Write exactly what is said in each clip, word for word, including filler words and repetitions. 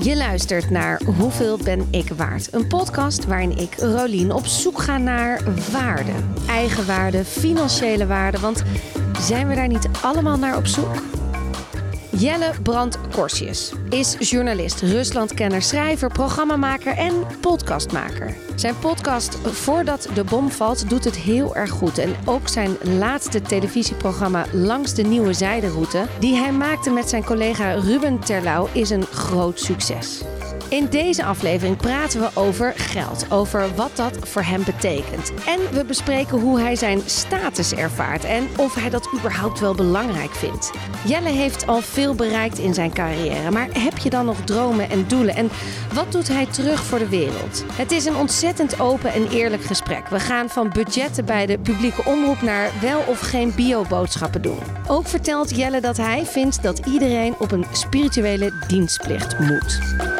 Je luistert naar Hoeveel ben ik waard? Een podcast waarin ik, Rolien, op zoek ga naar waarde. Eigenwaarde, financiële waarde, want zijn we daar niet allemaal naar op zoek? Jelle Brand-Korsius is journalist, Ruslandkenner, schrijver, programmamaker en podcastmaker. Zijn podcast Voordat de bom valt doet het heel erg goed. En ook zijn laatste televisieprogramma Langs de Nieuwe Zijderoute, die hij maakte met zijn collega Ruben Terlouw, is een groot succes. In deze aflevering praten we over geld, over wat dat voor hem betekent. En we bespreken hoe hij zijn status ervaart en of hij dat überhaupt wel belangrijk vindt. Jelle heeft al veel bereikt in zijn carrière, maar heb je dan nog dromen en doelen? En wat doet hij terug voor de wereld? Het is een ontzettend open en eerlijk gesprek. We gaan van budgetten bij de publieke omroep naar wel of geen bioboodschappen doen. Ook vertelt Jelle dat hij vindt dat iedereen op een spirituele dienstplicht moet.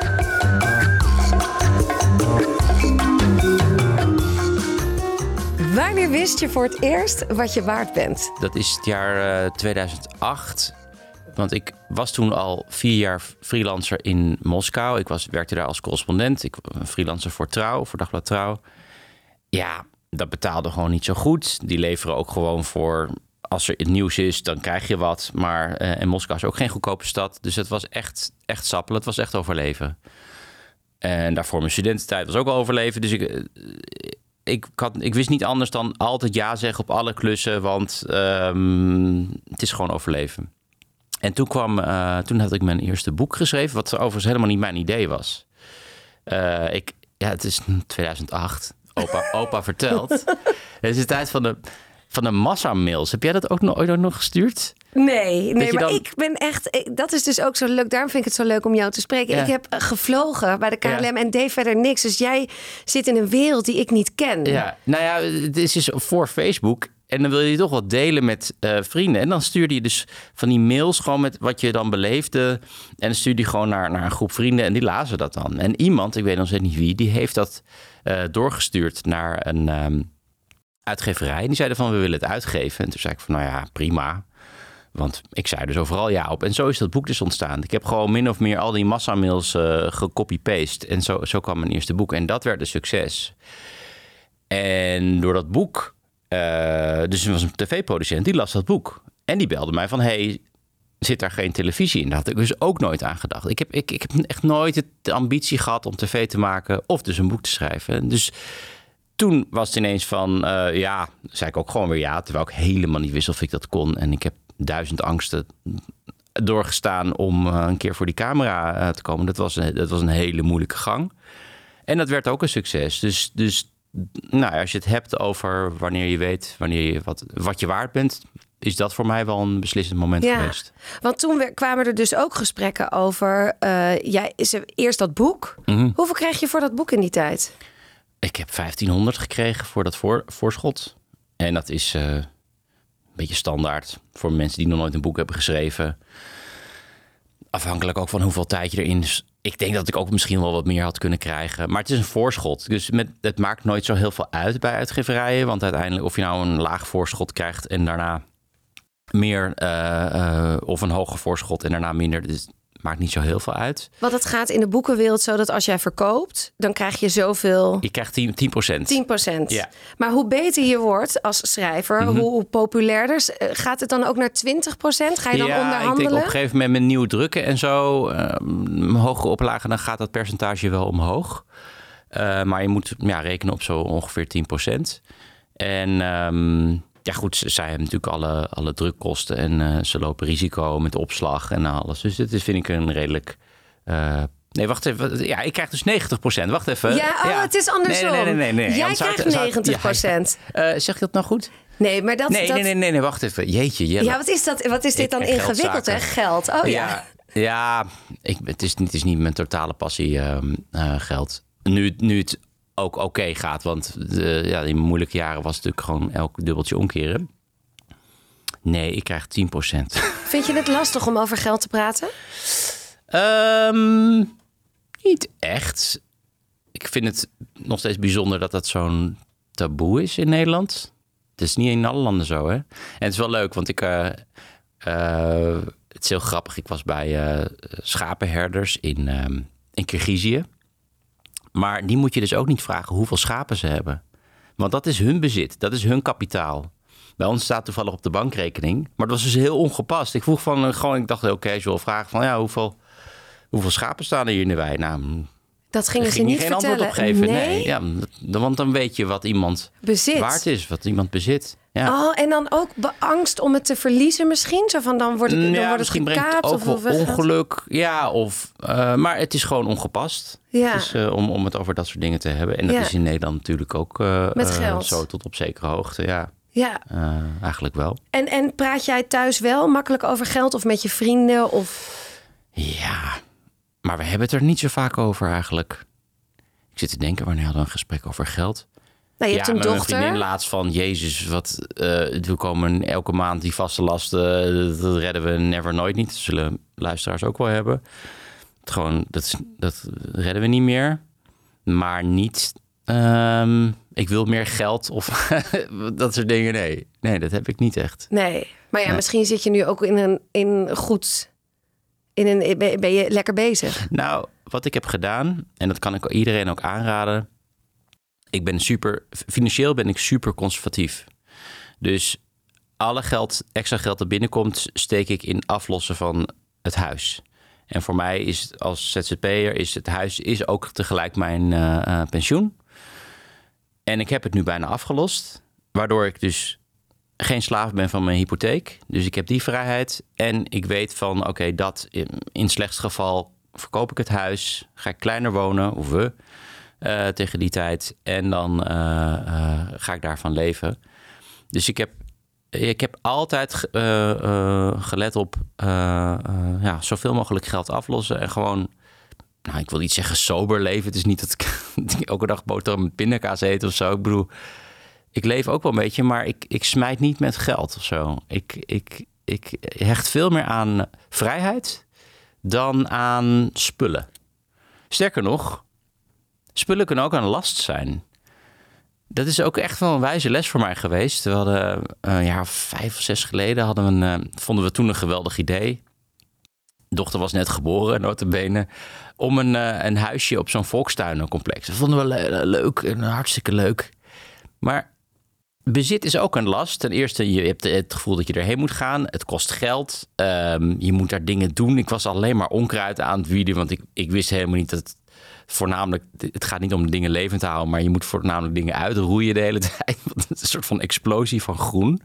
Wanneer wist je voor het eerst wat je waard bent? Dat is het jaar uh, tweeduizend acht. Want ik was toen al vier jaar freelancer in Moskou. Ik was, werkte daar als correspondent. Ik was een freelancer voor Trouw, voor Dagblad Trouw. Ja, dat betaalde gewoon niet zo goed. Die leveren ook gewoon voor... Als er het nieuws is, dan krijg je wat. Maar uh, en Moskou is ook geen goedkope stad. Dus het was echt, echt sappelen. Het was echt overleven. En daarvoor mijn studententijd was ook al overleven. Dus ik... Uh, Ik, had, ik wist niet anders dan altijd ja zeggen op alle klussen, want um, het is gewoon overleven. En toen, kwam, uh, toen had ik mijn eerste boek geschreven, wat overigens helemaal niet mijn idee was. Uh, ik, ja, het is tweeduizend acht, opa, opa vertelt. Het is de tijd van de, van de massamails. Heb jij dat ook nog, ooit nog gestuurd? Nee, nee, maar dan... ik ben echt... Ik, dat is dus ook zo leuk. Daarom vind ik het zo leuk om jou te spreken. Ja. Ik heb gevlogen bij de K L M Ja. en deed verder niks. Dus jij zit in een wereld die ik niet ken. Ja, nou ja, het is dus voor Facebook. En dan wil je toch wat delen met uh, vrienden. En dan stuurde je dus van die mails gewoon met wat je dan beleefde. En dan stuurde je gewoon naar, naar een groep vrienden en die lazen dat dan. En iemand, ik weet nog steeds niet wie, die heeft dat uh, doorgestuurd naar een um, uitgeverij. En die zeiden van, we willen het uitgeven. En toen zei ik van, nou ja, prima. Want ik zei dus overal ja op. En zo is dat boek dus ontstaan. Ik heb gewoon min of meer al die massamails uh, gecopy-paste. En zo, zo kwam mijn eerste boek. En dat werd een succes. En door dat boek... Uh, dus er was een tv-producent, die las dat boek. En die belde mij van... hey, zit daar geen televisie in? Daar had ik dus ook nooit aan gedacht. Ik heb, ik, ik heb echt nooit de ambitie gehad om tv te maken... of dus een boek te schrijven. Dus... Toen was het ineens van, uh, ja, zei ik ook gewoon weer ja... terwijl ik helemaal niet wist of ik dat kon. En ik heb duizend angsten doorgestaan om uh, een keer voor die camera uh, te komen. Dat was, een, dat was een hele moeilijke gang. En dat werd ook een succes. Dus, dus nou, als je het hebt over wanneer je weet wanneer je wat, wat je waard bent... is dat voor mij wel een beslissend moment ja, geweest. Want toen kwamen er dus ook gesprekken over... Uh, jij is er eerst dat boek. Mm-hmm. Hoeveel kreeg je voor dat boek in die tijd? Ik heb vijftienhonderd gekregen voor dat voor, voorschot. En dat is uh, een beetje standaard voor mensen die nog nooit een boek hebben geschreven. Afhankelijk ook van hoeveel tijd je erin is. Ik denk dat ik ook misschien wel wat meer had kunnen krijgen. Maar het is een voorschot. Dus met, het maakt nooit zo heel veel uit bij uitgeverijen. Want uiteindelijk of je nou een laag voorschot krijgt en daarna meer... Uh, uh, of een hoger voorschot en daarna minder... Dus maakt niet zo heel veel uit. Want het gaat in de boekenwereld zo dat als jij verkoopt... dan krijg je zoveel... Je krijgt tien procent. tien procent. Ja. Maar hoe beter je wordt als schrijver, mm-hmm. hoe populairder... gaat het dan ook naar twintig procent? Ga je dan ja, onderhandelen? Ik denk op een gegeven moment met nieuw drukken en zo... Um, hogere oplagen, dan gaat dat percentage wel omhoog. Uh, maar je moet ja, rekenen op zo ongeveer tien procent. En... Um, Ja goed, zij hebben natuurlijk alle, alle drukkosten en uh, ze lopen risico met opslag en alles. Dus dit is, vind ik een redelijk... Uh, nee, wacht even. Ja, ik krijg dus negentig procent. Wacht even. Ja, oh, ja. Het is andersom. Nee, nee, nee. nee, nee. Jij krijgt negentig procent. Ja, uh, zeg je dat nou goed? Nee, maar dat... Nee, dat... nee, nee, nee, nee, wacht even. Jeetje, Jelle. Ja, wat is, dat, wat is dit dan ingewikkeld, hè? Geld. Oh ja. Ja, ja ik, het, is, het is niet mijn totale passie uh, uh, geld. Nu, nu het... ook oké okay gaat. Want de, ja, in moeilijke jaren was het natuurlijk gewoon elk dubbeltje omkeren. Nee, ik krijg tien procent. Vind je het lastig om over geld te praten? Um, niet echt. Ik vind het nog steeds bijzonder dat dat zo'n taboe is in Nederland. Het is niet in alle landen zo, hè? En het is wel leuk, want ik... Uh, uh, het is heel grappig. Ik was bij uh, schapenherders in... Um, in Kirgizië. Maar die moet je dus ook niet vragen hoeveel schapen ze hebben. Want dat is hun bezit, dat is hun kapitaal. Bij ons staat toevallig op de bankrekening. Maar dat was dus heel ongepast. Ik vroeg van, gewoon, ik dacht heel casual vragen van, ja, hoeveel, hoeveel schapen staan er hier in de wei? Nou, dat gingen ging ze niet geen vertellen. antwoord op geven. Nee? nee ja, want dan weet je wat iemand bezit. waard is, wat iemand bezit. Ja. Oh, en dan ook angst om het te verliezen misschien? Zo van, dan wordt het, dan ja, wordt misschien het brengt gekaapt het ook of wel weggaat. ongeluk. Ja, of, uh, maar het is gewoon ongepast. Ja. Dus, uh, om, om het over dat soort dingen te hebben. En dat ja. is in Nederland natuurlijk ook uh, Met geld. Uh, zo tot op zekere hoogte. Ja, ja. Uh, eigenlijk wel. En, en praat jij thuis wel makkelijk over geld of met je vrienden? Of... Ja, maar we hebben het er niet zo vaak over eigenlijk. Ik zit te denken, wanneer hadden we een gesprek over geld? Nou, je ja, hebt een met dochter. Mijn vriendin laatst van, jezus, wat, uh, we komen elke maand die vaste lasten, uh, dat redden we never nooit niet. Dat zullen luisteraars ook wel hebben. Het gewoon, dat, dat redden we niet meer. Maar niet, um, ik wil meer geld of dat soort dingen. Nee, nee, dat heb ik niet echt. Nee, maar ja, nee. misschien zit je nu ook in een in goed, in een, ben je lekker bezig. Nou, wat ik heb gedaan, en dat kan ik iedereen ook aanraden. Ik ben super, financieel ben ik super conservatief. Dus alle geld, extra geld dat binnenkomt, steek ik in aflossen van het huis. En voor mij is het als Z Z P'er, is het huis is ook tegelijk mijn uh, uh, pensioen. En ik heb het nu bijna afgelost, waardoor ik dus geen slaaf ben van mijn hypotheek. Dus ik heb die vrijheid. En ik weet van, oké, okay, dat in, in slechtst geval verkoop ik het huis, ga ik kleiner wonen, of we, uh, tegen die tijd. En dan uh, uh, ga ik daarvan leven. Dus ik heb, ik heb altijd uh, uh, gelet op uh, uh, ja, zoveel mogelijk geld aflossen. En gewoon, nou, ik wil niet zeggen sober leven. Het is niet dat ik elke dag boterham met pindakaas eet of zo. Ik bedoel, ik leef ook wel een beetje, maar ik, ik smijt niet met geld of zo. Ik, ik, ik hecht veel meer aan vrijheid dan aan spullen. Sterker nog, spullen kunnen ook een last zijn. Dat is ook echt wel een wijze les voor mij geweest. We hadden een jaar of vijf of zes geleden hadden we een, vonden we toen een geweldig idee. De dochter was net geboren, nota bene, om een, een huisje op zo'n volkstuinencomplex. Dat vonden we le- leuk en hartstikke leuk. Maar bezit is ook een last. Ten eerste, je hebt het gevoel dat je erheen moet gaan. Het kost geld. Um, je moet daar dingen doen. Ik was alleen maar onkruid aan het wieden, want ik, ik wist helemaal niet dat voornamelijk, het gaat niet om dingen levend te houden, maar je moet voornamelijk dingen uitroeien de hele tijd. Het is een soort van explosie van groen.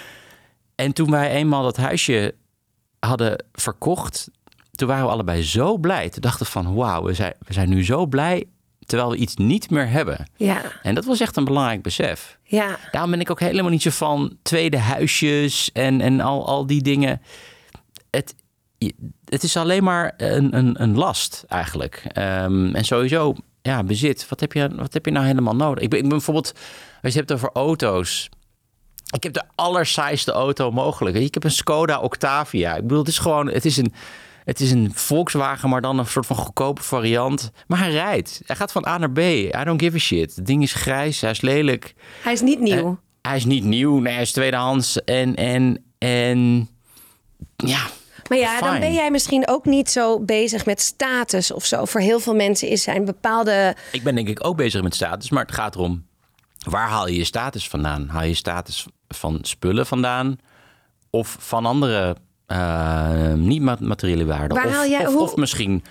En toen wij eenmaal dat huisje hadden verkocht, toen waren we allebei zo blij. Toen dachten we van, wauw, we zijn, we zijn nu zo blij terwijl we iets niet meer hebben. Ja. En dat was echt een belangrijk besef. Ja. Daarom ben ik ook helemaal niet zo van tweede huisjes en, en al, al die dingen. Het, het is alleen maar een, een, een last eigenlijk. Um, en sowieso, ja, bezit. Wat heb je, wat heb je nou helemaal nodig? Ik ben, ik ben bijvoorbeeld, als je het hebt over auto's. Ik heb de allersaaiste auto mogelijk. Ik heb een Skoda Octavia. Ik bedoel, het is gewoon, het is een... Het is een Volkswagen, maar dan een soort van goedkope variant. Maar hij rijdt. Hij gaat van A naar B. I don't give a shit. Het ding is grijs, hij is lelijk. Hij is niet nieuw. Uh, hij is niet nieuw, nee, hij is tweedehands. En, en, en ja... Maar ja, fine. Dan ben jij misschien ook niet zo bezig met status of zo. Voor heel veel mensen is zijn bepaalde... Ik ben denk ik ook bezig met status, maar het gaat erom... waar haal je je status vandaan? Haal je je status van spullen vandaan? Of van andere... Uh, niet materiële waarde. Waar of, haal jij, of, hoe... of misschien,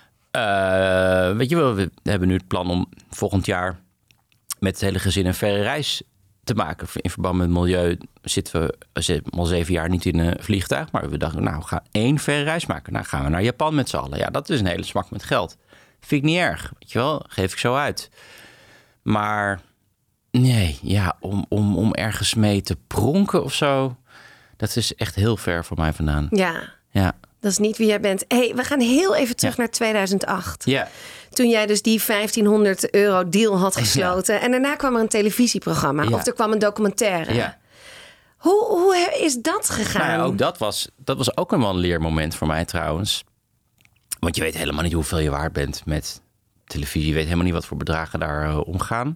uh, weet je wel, we hebben nu het plan om volgend jaar met het hele gezin een verre reis te maken. In verband met het milieu zitten we al zeven jaar niet in een vliegtuig. Maar we dachten, nou, we gaan één verre reis maken. Nou, gaan we naar Japan met z'n allen. Ja, dat is een hele smak met geld. Vind ik niet erg, weet je wel, geef ik zo uit. Maar nee, ja, om, om, om ergens mee te pronken of zo... Dat is echt heel ver voor mij vandaan. Ja, ja. Dat is niet wie jij bent. Hey, we gaan heel even terug ja. naar tweeduizend acht. Ja. Toen jij dus die vijftienhonderd euro deal had gesloten. Ja. En daarna kwam er een televisieprogramma. Ja. Of er kwam een documentaire. Ja. Hoe, hoe is dat gegaan? Nou ja, ook dat was, dat was ook een wel een leermoment voor mij trouwens. Want je weet helemaal niet hoeveel je waard bent met televisie. Je weet helemaal niet wat voor bedragen daar uh, omgaan.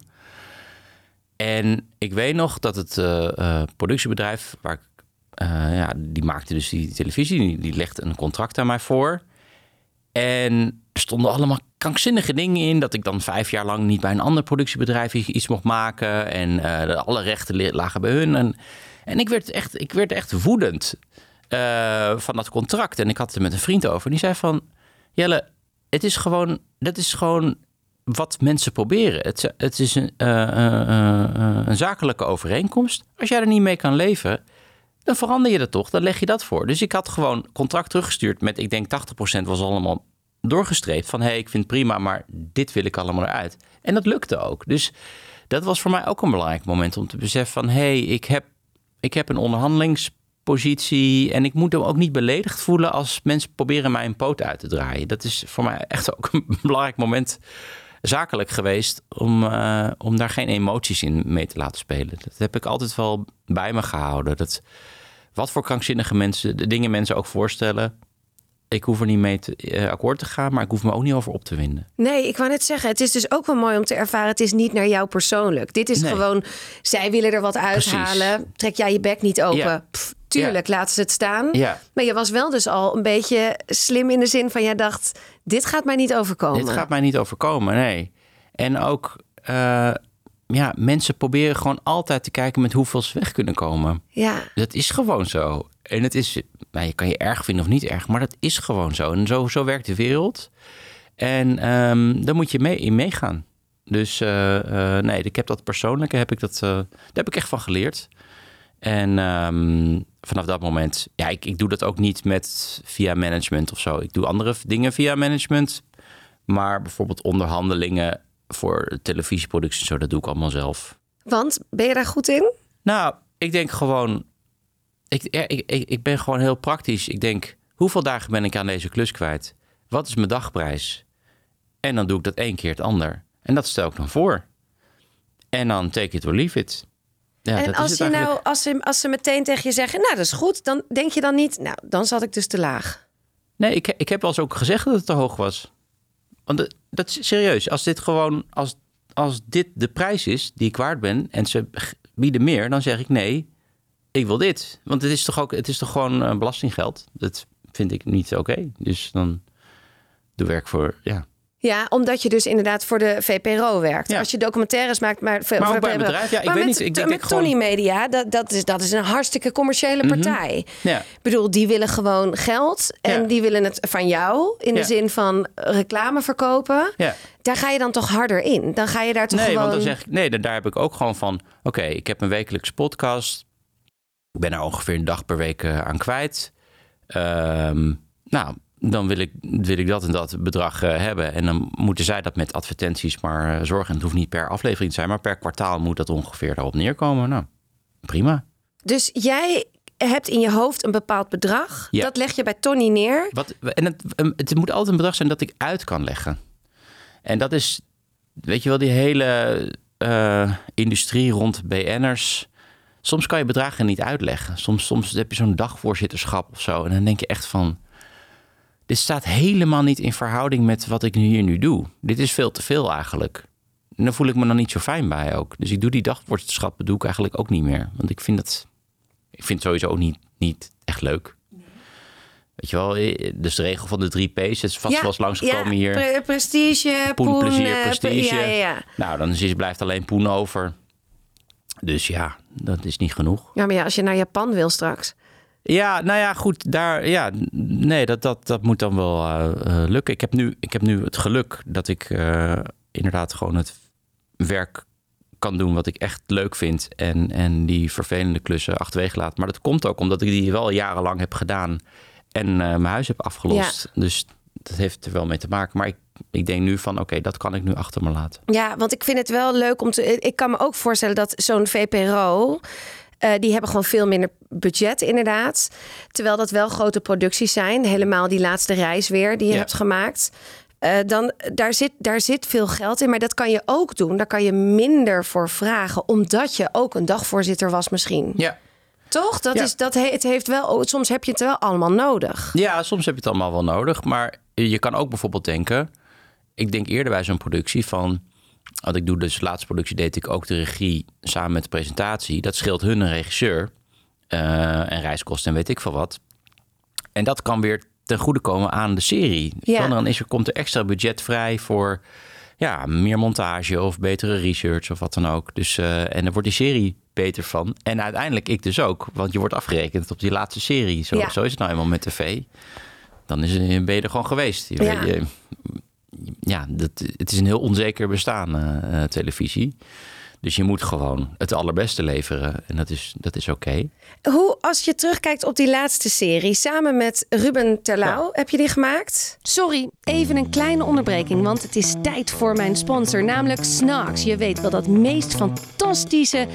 En ik weet nog dat het uh, uh, productiebedrijf... waar ik Uh, ja, die maakte dus die televisie. Die, die legde een contract aan mij voor. En er stonden allemaal krankzinnige dingen in. Dat ik dan vijf jaar lang niet bij een ander productiebedrijf iets mocht maken. En uh, alle rechten lagen bij hun. En, en ik, werd echt, ik werd echt woedend uh, van dat contract. En ik had het er met een vriend over. En die zei van, Jelle, het is gewoon, dat is gewoon wat mensen proberen. Het, het is een, uh, uh, uh, een zakelijke overeenkomst. Als jij er niet mee kan leven, dan verander je dat toch. Dan leg je dat voor. Dus ik had gewoon contract teruggestuurd met, ik denk tachtig procent was allemaal doorgestreept. Van, hé, hey, ik vind het prima, maar dit wil ik allemaal eruit. En dat lukte ook. Dus dat was voor mij ook een belangrijk moment om te beseffen van, hé, hey, ik heb, ik heb een onderhandelingspositie en ik moet hem ook niet beledigd voelen als mensen proberen mij een poot uit te draaien. Dat is voor mij echt ook een belangrijk moment zakelijk geweest om, uh, om daar geen emoties in mee te laten spelen. Dat heb ik altijd wel bij me gehouden. Dat, wat voor krankzinnige mensen, de dingen mensen ook voorstellen, ik hoef er niet mee te, uh, akkoord te gaan, maar ik hoef me ook niet over op te winden. Nee, ik wou net zeggen, het is dus ook wel mooi om te ervaren, het is niet naar jou persoonlijk. Dit is nee. gewoon, zij willen er wat uithalen. Precies. Trek jij je bek niet open. Ja. Pff, tuurlijk, ja. laten ze het staan. Ja. Maar je was wel dus al een beetje slim in de zin van, jij dacht, dit gaat mij niet overkomen. Dit gaat mij niet overkomen, nee. En ook, uh, ja, mensen proberen gewoon altijd te kijken met hoeveel ze weg kunnen komen. Ja. Dat is gewoon zo. En het is, nou, je kan je erg vinden of niet erg, maar dat is gewoon zo. En zo, zo werkt de wereld. En um, daar moet je mee, in meegaan. Dus uh, uh, nee, ik heb dat persoonlijke, heb ik dat, uh, daar heb ik echt van geleerd. En um, vanaf dat moment, ja, ik, ik doe dat ook niet met via management of zo. Ik doe andere dingen via management. Maar bijvoorbeeld onderhandelingen voor televisieproductie, zo, dat doe ik allemaal zelf. Want, ben je daar goed in? Nou, ik denk gewoon, ik, ik, ik, ik ben gewoon heel praktisch. Ik denk, hoeveel dagen ben ik aan deze klus kwijt? Wat is mijn dagprijs? En dan doe ik dat één keer het ander. En dat stel ik dan voor. En dan take it or leave it. Ja, en dat als, is je eigenlijk... nou, als, ze, als ze meteen tegen je zeggen, nou, dat is goed, dan denk je dan niet, nou, dan zat ik dus te laag. Nee, ik, ik heb wel eens ook gezegd dat het te hoog was. Want dat, dat is serieus. Als dit gewoon, als, als dit de prijs is die ik waard ben en ze bieden meer, dan zeg ik nee, ik wil dit. Want het is toch ook, het is toch gewoon uh, belastinggeld. Dat vind ik niet oké. Okay. Dus dan doe werk voor, ja. Ja, omdat je dus inderdaad voor de V P R O werkt. Ja. Als je documentaires maakt, maar voor, maar voor ook bij een bedrijf. Ja, ik maar weet met, niet. Ik denk met ik Tony gewoon... Media, dat, dat, is, dat is een hartstikke commerciële partij. Mm-hmm. Ja. Ik bedoel, die willen gewoon geld en ja. die willen het van jou in ja. de zin van reclame verkopen. Ja. Daar ga je dan toch harder in? Dan ga je daar toch nee, gewoon... Want dan zeg ik, nee, daar heb ik ook gewoon van, oké, okay, ik heb een wekelijkse podcast. Ik ben er ongeveer een dag per week uh, aan kwijt. Um, nou... dan wil ik, wil ik dat en dat bedrag uh, hebben. En dan moeten zij dat met advertenties maar uh, zorgen. En het hoeft niet per aflevering te zijn, maar per kwartaal moet dat ongeveer daarop neerkomen. Nou, prima. Dus jij hebt in je hoofd een bepaald bedrag. Ja. Dat leg je bij Tony neer. Wat, en het, het moet altijd een bedrag zijn dat ik uit kan leggen. En dat is, weet je wel, die hele uh, industrie rond B N'ers. Soms kan je bedragen niet uitleggen. Soms, soms heb je zo'n dagvoorzitterschap of zo. En dan denk je echt van, dit staat helemaal niet in verhouding met wat ik hier nu doe. Dit is veel te veel eigenlijk. En daar voel ik me dan niet zo fijn bij ook. Dus ik doe die dagvoorzitterschap doe ik eigenlijk ook niet meer. Want ik vind dat, ik vind het sowieso ook niet, niet echt leuk. Nee. Weet je wel, dus de regel van de drie P's. Het is vast ja, wel eens langsgekomen ja, hier. Pre- prestige, poen, poen, plezier, prestige. Ja, ja, ja. Nou, dan is, blijft alleen poen over. Dus ja, dat is niet genoeg. Ja, maar ja, als je naar Japan wil straks. Ja, nou ja, goed. Daar, ja, nee, dat, dat, dat moet dan wel uh, uh, lukken. Ik heb, nu, ik heb nu het geluk dat ik uh, inderdaad gewoon het werk kan doen wat ik echt leuk vind. En, en die vervelende klussen achterwege laat. Maar dat komt ook omdat ik die wel jarenlang heb gedaan. En uh, mijn huis heb afgelost. Ja. Dus dat heeft er wel mee te maken. Maar ik, ik denk nu van, oké, okay, dat kan ik nu achter me laten. Ja, want ik vind het wel leuk om te... Ik kan me ook voorstellen dat zo'n V P R O... Uh, die hebben gewoon veel minder budget inderdaad. Terwijl dat wel grote producties zijn. Helemaal die laatste reis weer die je ja. hebt gemaakt. Uh, dan, daar, zit, daar zit veel geld in. Maar dat kan je ook doen. Daar kan je minder voor vragen. Omdat je ook een dagvoorzitter was misschien. Ja. Toch? Dat ja. is, dat he, het heeft wel, soms heb je het wel allemaal nodig. Ja, soms heb je het allemaal wel nodig. Maar je kan ook bijvoorbeeld denken... Ik denk eerder bij zo'n productie van... Wat ik doe, dus de laatste productie deed ik ook de regie samen met de presentatie. Dat scheelt hun een regisseur uh, en reiskosten en weet ik veel wat. En dat kan weer ten goede komen aan de serie. Ja. Dan is er, komt er extra budget vrij voor ja, meer montage of betere research of wat dan ook. Dus, uh, en daar wordt die serie beter van. En uiteindelijk ik dus ook. Want je wordt afgerekend op die laatste serie. Zo, Ja. zo is het nou eenmaal met tv. Dan is het, ben je er gewoon geweest. Je, Ja. je, ja, dat, het is een heel onzeker bestaan, uh, uh, televisie. Dus je moet gewoon het allerbeste leveren. En dat is, dat is oké. Okay. Hoe, als je terugkijkt op die laatste serie, samen met Ruben Terlouw, ja. heb je die gemaakt? Sorry, even een kleine onderbreking, want het is tijd voor mijn sponsor, namelijk Snarks. Je weet wel, dat meest fantastische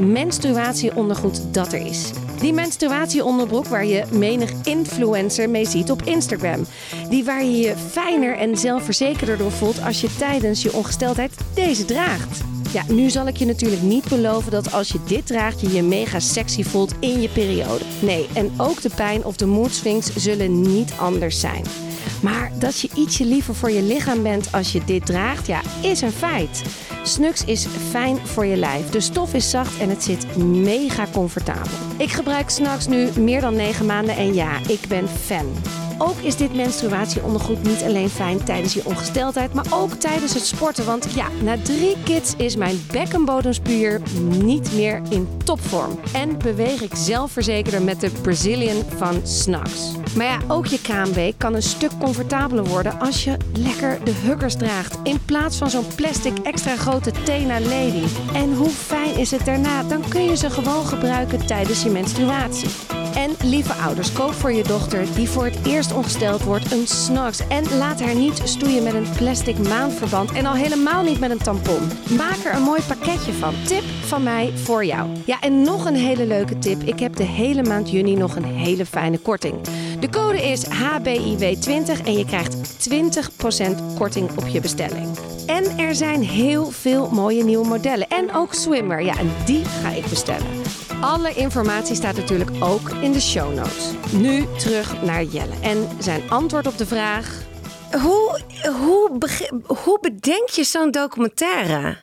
menstruatieondergoed dat er is. Die menstruatieonderbroek waar je menig influencer mee ziet op Instagram. Die waar je je fijner en zelfverzekerder door voelt als je tijdens je ongesteldheid deze draagt. Ja, nu zal ik je natuurlijk niet beloven dat als je dit draagt je je mega sexy voelt in je periode. Nee, en ook de pijn of de moedswings zullen niet anders zijn. Maar dat je ietsje liever voor je lichaam bent als je dit draagt, ja, is een feit. Snux is fijn voor je lijf. De stof is zacht en het zit mega comfortabel. Ik gebruik Snux nu meer dan negen maanden en ja, ik ben fan. Ook is dit menstruatieondergoed niet alleen fijn tijdens je ongesteldheid, maar ook tijdens het sporten. Want ja, na drie kids is mijn bekkenbodemspier niet meer in topvorm. En beweeg ik zelfverzekerder met de Brazilian van Snux. Maar ja, ook je K M B kan een stuk comfortabeler worden als je lekker de huggers draagt. In plaats van zo'n plastic extra grote Tena Lady. En hoe fijn is het daarna? Dan kun je ze gewoon gebruiken tijdens je menstruatie. En lieve ouders, koop voor je dochter die voor het eerst ongesteld wordt een Snux. En laat haar niet stoeien met een plastic maandverband en al helemaal niet met een tampon. Maak er een mooi pakketje van. Tip van mij voor jou. Ja, en nog een hele leuke tip. Ik heb de hele maand juni nog een hele fijne korting. De code is H B I W twintig en je krijgt twintig procent korting op je bestelling. En er zijn heel veel mooie nieuwe modellen. En ook swimwear. Ja, en die ga ik bestellen. Alle informatie staat natuurlijk ook in de show notes. Nu terug naar Jelle en zijn antwoord op de vraag: Hoe, hoe, beg- hoe bedenk je zo'n documentaire?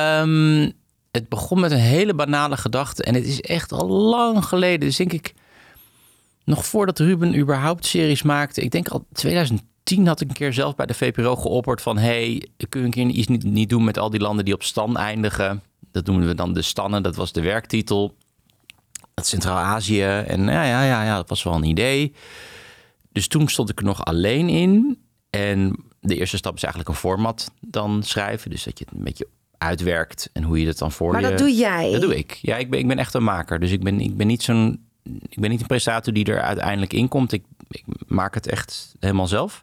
Um, het begon met een hele banale gedachte. En het is echt al lang geleden. Dus denk ik, nog voordat Ruben überhaupt series maakte. Ik denk al twintig tien had ik een keer zelf bij de V P R O geopperd van: hey, kun je een keer iets niet, niet doen met al die landen die op stan eindigen? Dat noemen we dan de stannen. Dat was de werktitel. Centraal-Azië. En ja, ja, ja, ja, dat was wel een idee. Dus toen stond ik er nog alleen in. En de eerste stap is eigenlijk een format dan schrijven. Dus dat je het een beetje uitwerkt en hoe je dat dan voor maar je... Maar dat doe jij? Dat doe ik. Ja, ik ben, ik ben echt een maker. Dus ik ben, ik ben niet zo'n... Ik ben niet een presentator die er uiteindelijk in komt. Ik, ik maak het echt helemaal zelf.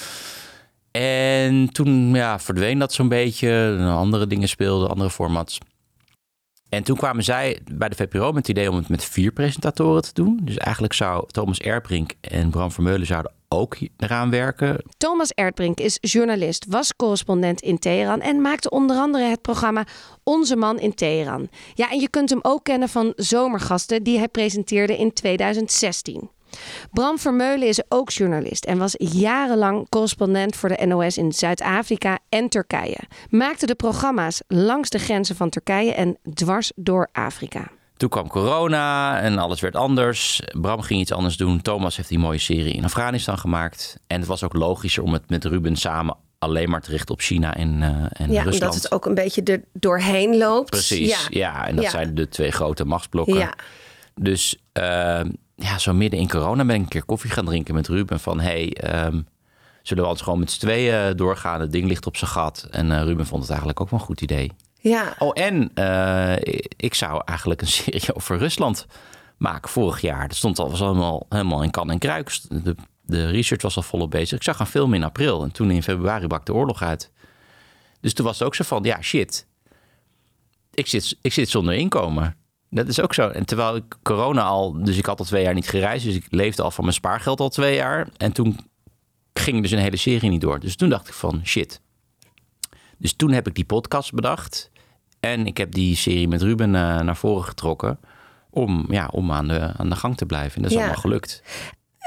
En toen ja, verdween dat zo'n beetje. Andere dingen speelden, andere formats. En toen kwamen zij bij de V P R O met het idee om het met vier presentatoren te doen. Dus eigenlijk zou Thomas Erdbrink en Bram Vermeulen zouden ook eraan werken. Thomas Erdbrink is journalist, was correspondent in Teheran en maakte onder andere het programma Onze Man in Teheran. Ja, en je kunt hem ook kennen van Zomergasten die hij presenteerde in tweeduizend zestien. Bram Vermeulen is ook journalist en was jarenlang correspondent voor de N O S in Zuid-Afrika en Turkije. Maakte de programma's langs de grenzen van Turkije en dwars door Afrika. Toen kwam corona en alles werd anders. Bram ging iets anders doen. Thomas heeft die mooie serie in Afghanistan gemaakt. En het was ook logischer om het met Ruben samen alleen maar te richten op China en, uh, en ja, Rusland. Omdat het ook een beetje er doorheen loopt. Precies, ja. ja en dat ja. zijn de twee grote machtsblokken. Ja. Dus uh, ja, zo midden in corona ben ik een keer koffie gaan drinken met Ruben. Van, hey, um, zullen we ons gewoon met z'n tweeën doorgaan? Het ding ligt op zijn gat. En uh, Ruben vond het eigenlijk ook wel een goed idee. Ja. Oh, en uh, ik zou eigenlijk een serie over Rusland maken vorig jaar. Dat stond al, was allemaal helemaal in kan en kruik. De, de research was al volop bezig. Ik zag een film in april en toen in februari brak de oorlog uit. Dus toen was het ook zo van, ja shit, ik zit, ik zit zonder inkomen. Dat is ook zo. En terwijl ik corona al, dus ik had al twee jaar niet gereisd. Dus ik leefde al van mijn spaargeld al twee jaar. En toen ging dus een hele serie niet door. Dus toen dacht ik van shit. Dus toen heb ik die podcast bedacht. En ik heb die serie met Ruben uh, naar voren getrokken. Om, ja, om aan, de, aan de gang te blijven. En dat is ja. allemaal gelukt.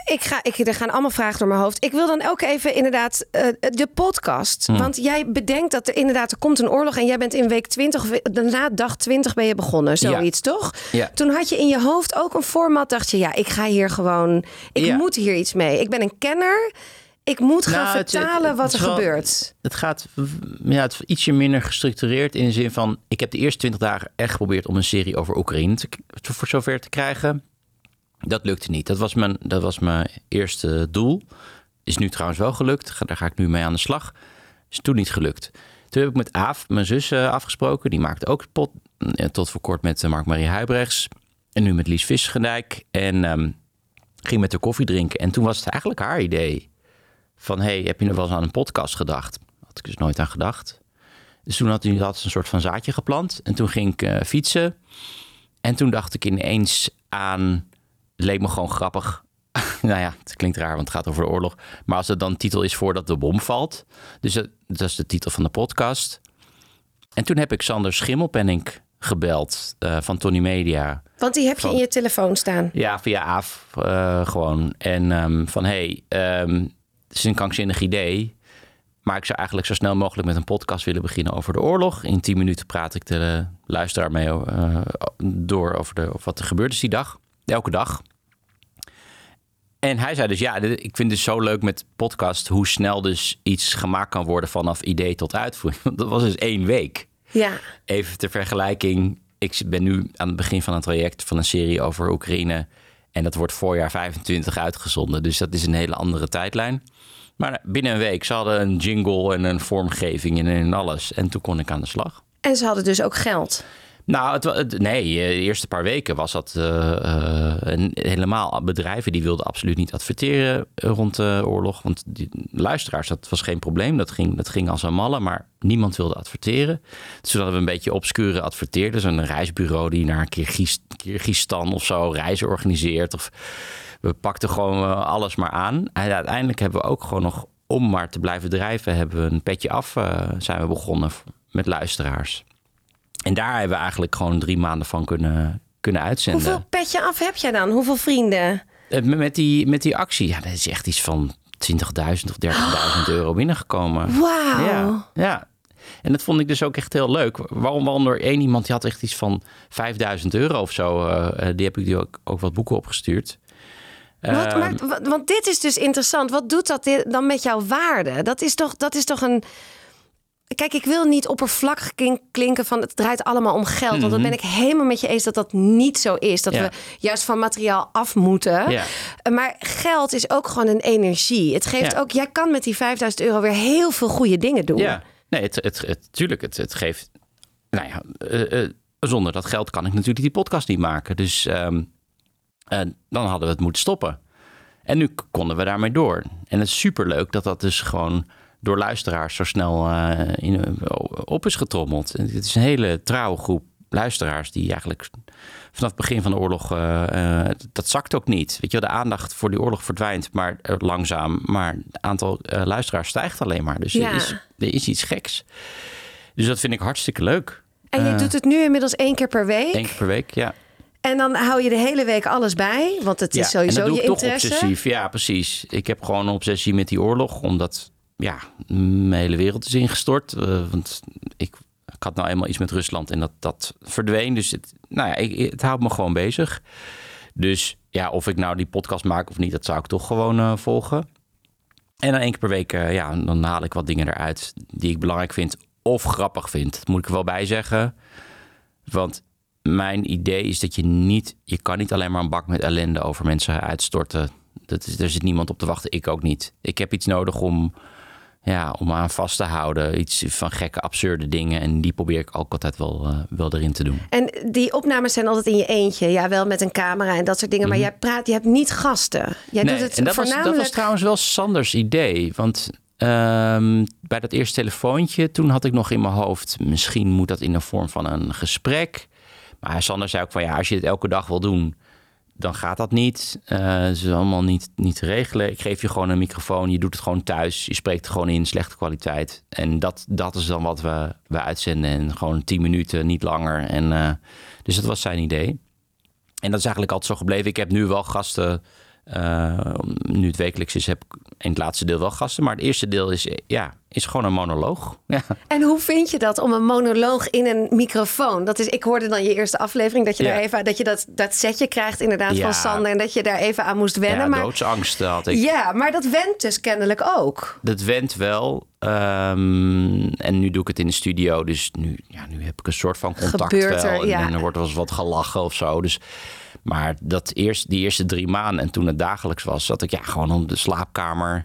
ik ga, ik, er gaan allemaal vragen door mijn hoofd. Ik wil dan ook even inderdaad uh, de podcast. Hmm. Want jij bedenkt dat er inderdaad, er komt een oorlog en jij bent in week twintig, na dag twintig ben je begonnen. Zoiets, ja. toch? Ja. Toen had je in je hoofd ook een format. Dacht je, ja, ik ga hier gewoon, ik ja. moet hier iets mee. Ik ben een kenner. Ik moet gaan nou, vertalen het, het, wat er wel, gebeurt. Het gaat ja, het ietsje minder gestructureerd in de zin van... ik heb de eerste twintig dagen echt geprobeerd om een serie over Oekraïne te, voor zover te krijgen. Dat lukte niet. Dat was mijn, dat was mijn eerste doel. Is nu trouwens wel gelukt. Daar ga ik nu mee aan de slag. Is toen niet gelukt. Toen heb ik met Aaf, mijn zus, uh, afgesproken. Die maakte ook pot. Uh, tot voor kort met uh, Mark-Marie Huibrechts. En nu met Lies Visgendijk. En um, ging met haar koffie drinken. En toen was het eigenlijk haar idee... van, hey, heb je nog wel eens aan een podcast gedacht? Had ik dus nooit aan gedacht. Dus toen had hij had een soort van zaadje geplant. En toen ging ik uh, fietsen. En toen dacht ik ineens aan... Het leek me gewoon grappig. Nou ja, het klinkt raar, want het gaat over de oorlog. Maar als het dan titel is voordat de bom valt. Dus dat, dat is de titel van de podcast. En toen heb ik Sander Schimmelpenninck gebeld uh, van Tony Media. Want die heb je van, in je telefoon staan? Ja, via Aaf uh, gewoon. En um, van, hey... Um, het is een krankzinnig idee. Maar ik zou eigenlijk zo snel mogelijk met een podcast willen beginnen over de oorlog. In tien minuten praat ik de luisteraar mee uh, door over, de, over wat er gebeurd is die dag. Elke dag. En hij zei dus, ja, ik vind het dus zo leuk met podcast... hoe snel dus iets gemaakt kan worden vanaf idee tot uitvoering. Want dat was dus één week. Ja. Even ter vergelijking. Ik ben nu aan het begin van een traject van een serie over Oekraïne... En dat wordt voorjaar vijfentwintig uitgezonden. Dus dat is een hele andere tijdlijn. Maar binnen een week, ze hadden een jingle en een vormgeving en alles. En toen kon ik aan de slag. En ze hadden dus ook geld? Nou, het, het, nee, de eerste paar weken was dat uh, uh, helemaal bedrijven... die wilden absoluut niet adverteren rond de oorlog. Want die luisteraars, dat was geen probleem. Dat ging, dat ging als een malle, maar niemand wilde adverteren. Dus toen hadden we een beetje obscure adverteerders. Een reisbureau die naar Kirgis, Kirgistan of zo reizen organiseert. Of we pakten gewoon alles maar aan. En uiteindelijk hebben we ook gewoon nog, om maar te blijven drijven... hebben we een petje af uh, zijn we begonnen met luisteraars. En daar hebben we eigenlijk gewoon drie maanden van kunnen, kunnen uitzenden. Hoeveel petje af heb jij dan? Hoeveel vrienden? Met die, met die actie, ja, dat is echt iets van twintigduizend of dertigduizend oh. euro binnengekomen. Wauw. Ja, ja, en dat vond ik dus ook echt heel leuk. Waarom? Waarom door één iemand, die had echt iets van vijfduizend euro of zo. Uh, die heb ik die ook, ook wat boeken opgestuurd. Wat, uh, maar, want dit is dus interessant. Wat doet dat dan met jouw waarde? Dat is toch, dat is toch een... Kijk, ik wil niet oppervlakkig klinken van het draait allemaal om geld. Mm-hmm. Want dan ben ik helemaal met je eens dat dat niet zo is. Dat ja. we juist van materiaal af moeten. Ja. Maar geld is ook gewoon een energie. Het geeft ja. ook, jij kan met die vijfduizend euro weer heel veel goede dingen doen. Ja, nee, het, het, het, tuurlijk, het, het geeft... Nou ja, uh, uh, zonder dat geld kan ik natuurlijk die podcast niet maken. Dus um, uh, dan hadden we het moeten stoppen. En nu konden we daarmee door. En het is superleuk dat dat dus gewoon... door luisteraars zo snel uh, in, op is getrommeld. Het is een hele trouwe groep luisteraars... die eigenlijk vanaf het begin van de oorlog... Uh, uh, dat zakt ook niet. Weet je, de aandacht voor die oorlog verdwijnt maar uh, langzaam. Maar het aantal uh, luisteraars stijgt alleen maar. Dus ja. er, is, er is iets geks. Dus dat vind ik hartstikke leuk. En je uh, doet het nu inmiddels één keer per week? Één keer per week, ja. En dan hou je de hele week alles bij? Want het ja, is sowieso en dat doe je ik interesse. Toch obsessief. Ja, precies. Ik heb gewoon een obsessie met die oorlog... omdat... ja, mijn hele wereld is ingestort. Uh, want ik, ik had nou eenmaal iets met Rusland en dat, dat verdween. Dus het, nou ja, ik, het houdt me gewoon bezig. Dus ja, of ik nou die podcast maak of niet, dat zou ik toch gewoon uh, volgen. En dan één keer per week, uh, ja, dan haal ik wat dingen eruit die ik belangrijk vind of grappig vind. Dat moet ik er wel bij zeggen. Want mijn idee is dat je niet, je kan niet alleen maar een bak met ellende over mensen uitstorten. Dat is, er zit niemand op te wachten, ik ook niet. Ik heb iets nodig om... Ja, om aan vast te houden. Iets van gekke, absurde dingen. En die probeer ik ook altijd wel, uh, wel erin te doen. En die opnames zijn altijd in je eentje. Ja, wel met een camera en dat soort dingen. Mm-hmm. Maar jij praat, je hebt niet gasten. Jij nee, doet het en dat voornamelijk... Was, dat was trouwens wel Sanders idee. Want um, bij dat eerste telefoontje... toen had ik nog in mijn hoofd... misschien moet dat in de vorm van een gesprek. Maar Sander zei ook van... ja, als je het elke dag wil doen... dan gaat dat niet. Uh, het is allemaal niet, niet te regelen. Ik geef je gewoon een microfoon. Je doet het gewoon thuis. Je spreekt er gewoon in. Slechte kwaliteit. En dat, dat is dan wat we, we uitzenden. En gewoon tien minuten, niet langer. En, uh, dus dat was zijn idee. En dat is eigenlijk altijd zo gebleven. Ik heb nu wel gasten Uh, nu het wekelijks is, heb ik in het laatste deel wel gasten. Maar het eerste deel is, ja, is gewoon een monoloog. Ja. En hoe vind je dat om een monoloog in een microfoon? Dat is, ik hoorde dan je eerste aflevering dat je ja. daar even dat je dat, dat setje krijgt inderdaad ja. van Sander en dat je daar even aan moest wennen. Ja, maar, doodsangst had ik. Ja, maar dat went dus kennelijk ook. Dat went wel. Um, en nu doe ik het in de studio. Dus nu, ja, nu heb ik een soort van contact Gebeurt er, wel. En, ja. en er wordt wel eens wat gelachen of zo. Dus, maar dat eerst, die eerste drie maanden en toen het dagelijks was, zat ik ja gewoon op de slaapkamer.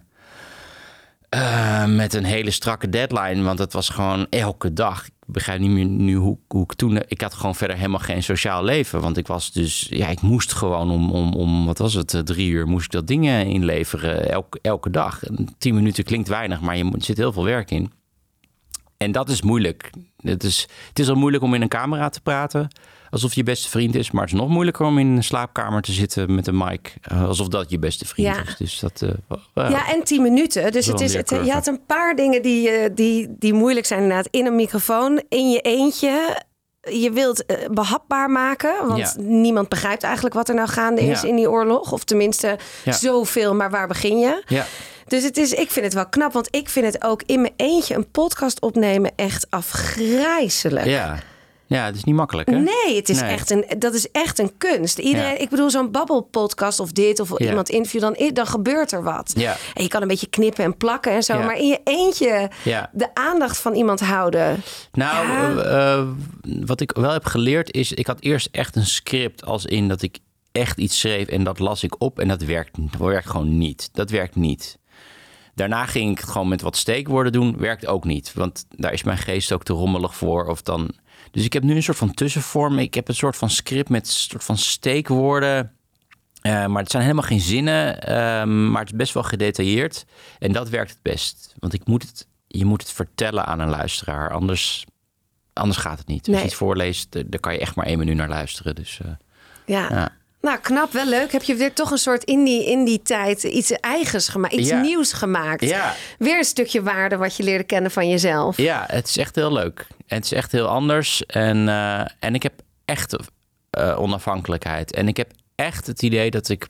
Uh, met een hele strakke deadline, want het was gewoon elke dag. Ik begrijp niet meer nu hoe, hoe ik toen... Ik had gewoon verder helemaal geen sociaal leven. Want ik was dus... Ja, ik moest gewoon om, om, om wat was het, drie uur moest ik dat dingen inleveren. Elke, elke dag. En tien minuten klinkt weinig, maar je, er zit heel veel werk in. En dat is moeilijk. Het is, het is al moeilijk om in een camera te praten, alsof je beste vriend is. Maar het is nog moeilijker om in een slaapkamer te zitten met een mic, alsof dat je beste vriend ja. is. Dus dat, uh, well, ja, en tien minuten. Dus het is, het, je had een paar dingen die, uh, die, die moeilijk zijn inderdaad. In een microfoon, in je eentje. Je wilt uh, behapbaar maken, want ja. niemand begrijpt eigenlijk wat er nou gaande is ja. in die oorlog. Of tenminste ja. zoveel, maar waar begin je? Ja. Dus het is, ik vind het wel knap, want ik vind het ook in mijn eentje een podcast opnemen echt afgrijzelijk. Ja. Ja, het is niet makkelijk, hè? Nee, het is nee. Echt een, dat is echt een kunst. Iedereen, ja. Ik bedoel, zo'n babbelpodcast of dit of ja. iemand interview, dan, dan gebeurt er wat. Ja. En je kan een beetje knippen en plakken en zo. Ja. Maar in je eentje ja. de aandacht van iemand houden. Nou, ja. uh, wat ik wel heb geleerd is, ik had eerst echt een script als in dat ik echt iets schreef en dat las ik op en dat werkt, dat werkt gewoon niet. Dat werkt niet. Daarna ging ik het gewoon met wat steekwoorden doen. Werkt ook niet, want daar is mijn geest ook te rommelig voor. Of dan... Dus ik heb nu een soort van tussenvorm. Ik heb een soort van script met een soort van steekwoorden. Uh, maar het zijn helemaal geen zinnen. Uh, maar het is best wel gedetailleerd. En dat werkt het best. Want ik moet het, je moet het vertellen aan een luisteraar. Anders, anders gaat het niet. Nee. Als je iets voorleest, daar kan je echt maar één minuut naar luisteren. Dus, uh, ja. ja. Nou, knap, wel leuk. Heb je weer toch een soort in die, in die tijd iets eigens gemaakt, iets ja. nieuws gemaakt. Ja. Weer een stukje waarde wat je leerde kennen van jezelf. Ja, het is echt heel leuk. En het is echt heel anders. En, uh, en ik heb echt uh, onafhankelijkheid. En ik heb echt het idee dat ik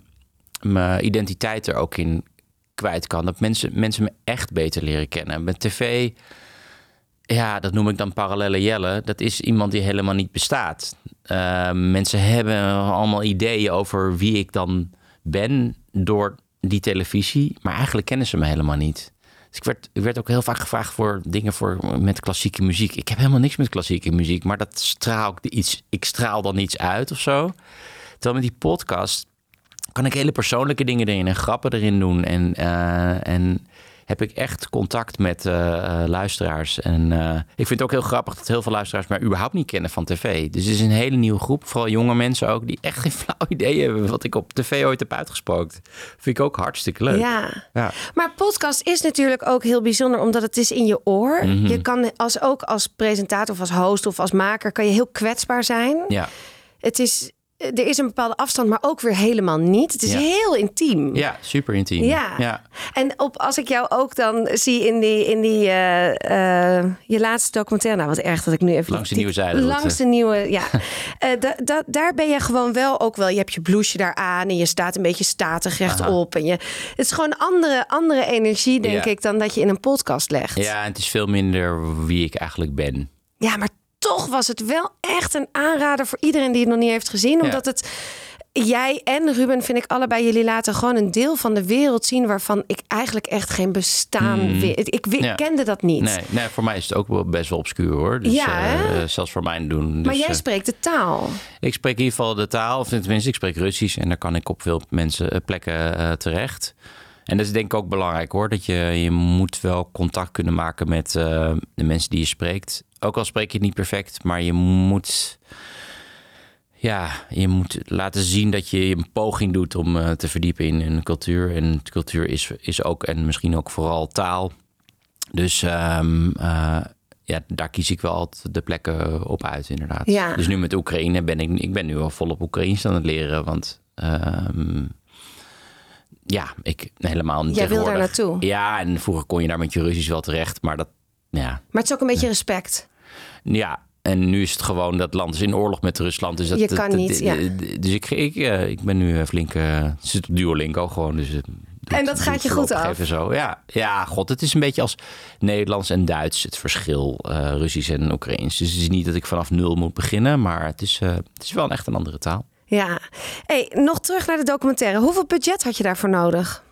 mijn identiteit er ook in kwijt kan. Dat mensen, mensen me echt beter leren kennen. Met tv, ja, dat noem ik dan parallelle Jelle. Dat is iemand die helemaal niet bestaat. Uh, mensen hebben allemaal ideeën over wie ik dan ben door die televisie. Maar eigenlijk kennen ze me helemaal niet. Dus ik werd, ik werd ook heel vaak gevraagd voor dingen voor, met klassieke muziek. Ik heb helemaal niks met klassieke muziek. Maar dat straal ik, iets, ik straal dan iets uit of zo. Terwijl met die podcast kan ik hele persoonlijke dingen erin en grappen erin doen. En, uh, en heb ik echt contact met uh, luisteraars. En uh, ik vind het ook heel grappig dat heel veel luisteraars mij überhaupt niet kennen van tv. Dus het is een hele nieuwe groep, vooral jonge mensen ook, die echt geen flauw idee hebben wat ik op tv ooit heb uitgesproken. Vind ik ook hartstikke leuk. Ja. ja. Maar podcast is natuurlijk ook heel bijzonder, omdat het is in je oor. Mm-hmm. Je kan als, ook als presentator of als host of als maker kan je heel kwetsbaar zijn. Ja. Het is... Er is een bepaalde afstand, maar ook weer helemaal niet. Het is ja. heel intiem. Ja, super intiem. Ja. ja. En op, als ik jou ook dan zie in die, in die uh, uh, je laatste documentaire. Nou, wat erg dat ik nu even... Langs de nieuwe zijde. Langs de nieuwe, ja. uh, da, da, daar ben je gewoon wel ook wel... Je hebt je blouseje daar aan en je staat een beetje statig rechtop. En je, het is gewoon andere, andere energie, denk ja. ik, dan dat je in een podcast legt. Ja, en het is veel minder wie ik eigenlijk ben. Ja, maar toch was het wel echt een aanrader voor iedereen die het nog niet heeft gezien. Omdat ja. het... Jij en Ruben, vind ik allebei, jullie laten gewoon een deel van de wereld zien waarvan ik eigenlijk echt geen bestaan mm. wil. Ik, ik ja. kende dat niet. Nee, nee, voor mij is het ook wel best wel obscuur, hoor. Dus, ja, uh, zelfs voor mij doen. Dus, maar jij spreekt de taal. Ik spreek in ieder geval de taal, of tenminste, ik spreek Russisch en daar kan ik op veel mensen plekken uh, terecht. En dat is denk ik ook belangrijk, hoor. Dat je, je moet wel contact kunnen maken met uh, de mensen die je spreekt. Ook al spreek je het niet perfect, maar je moet... Ja, je moet laten zien dat je een poging doet om uh, te verdiepen in een cultuur. En cultuur is, is ook, en misschien ook vooral taal. Dus um, uh, ja, daar kies ik wel altijd de plekken op uit, inderdaad. Ja. Dus nu met Oekraïne ben ik... Ik ben nu al volop Oekraïens aan het leren, want... Um, ja, ik helemaal niet. Jij wil daar naartoe? Ja, en vroeger kon je daar met je Russisch wel terecht, maar dat... Ja. Maar het is ook een beetje respect. Ja, En nu is het gewoon, dat land is in oorlog met Rusland. Dus dat, Je kan dat, niet, dat, ja. Dus ik, ik, ik ben nu flink... Uh, zit op Duolingo gewoon, dus... Doet, en dat gaat je goed af? Even zo. Ja, ja, god, het is een beetje als Nederlands en Duits het verschil. Uh, Russisch en Oekraïens. Dus het is niet dat ik vanaf nul moet beginnen. Maar het is, uh, het is wel echt een andere taal. Ja. Hey, nog terug naar de documentaire. Hoeveel budget had je daarvoor nodig?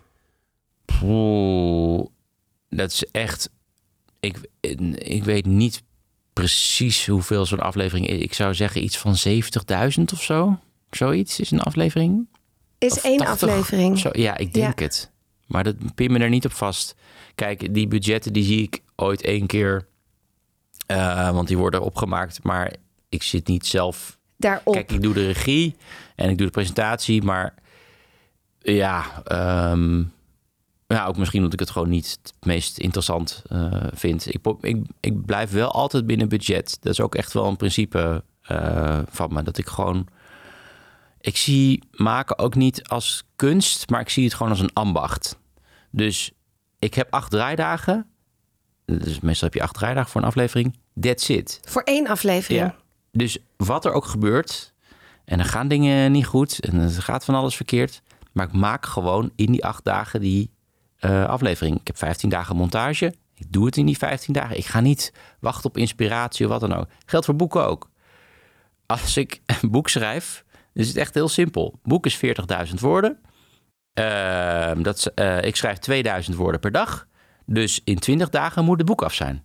Oeh, dat is echt... Ik, ik weet niet precies hoeveel zo'n aflevering is. Ik zou zeggen iets van zeventigduizend of zo. Zoiets is een aflevering. Is Of één tachtig, aflevering. Zo, ja, ik denk ja. het. Maar dat pin me er niet op vast. Kijk, die budgetten die zie ik ooit één keer. Uh, want die worden opgemaakt. Maar ik zit niet zelf... Daarop. Kijk, ik doe de regie en ik doe de presentatie. Maar ja... Um, ja, ook misschien omdat ik het gewoon niet het meest interessant uh, vind. Ik, ik, ik blijf wel altijd binnen budget. Dat is ook echt wel een principe uh, van me. Dat ik gewoon... Ik zie maken ook niet als kunst, maar ik zie het gewoon als een ambacht. Dus ik heb acht draaidagen. Dus meestal heb je acht draaidagen voor een aflevering. That's it. Voor één aflevering? Ja. Dus wat er ook gebeurt... en dan gaan dingen niet goed... en er gaat van alles verkeerd... maar ik maak gewoon in die acht dagen die uh, aflevering. Ik heb vijftien dagen montage. Ik doe het in die vijftien dagen. Ik ga niet wachten op inspiratie of wat dan ook. Geldt voor boeken ook. Als ik een boek schrijf... is het echt heel simpel. Boek is veertigduizend woorden. Uh, dat, uh, ik schrijf tweeduizend woorden per dag. Dus in twintig dagen moet het boek af zijn.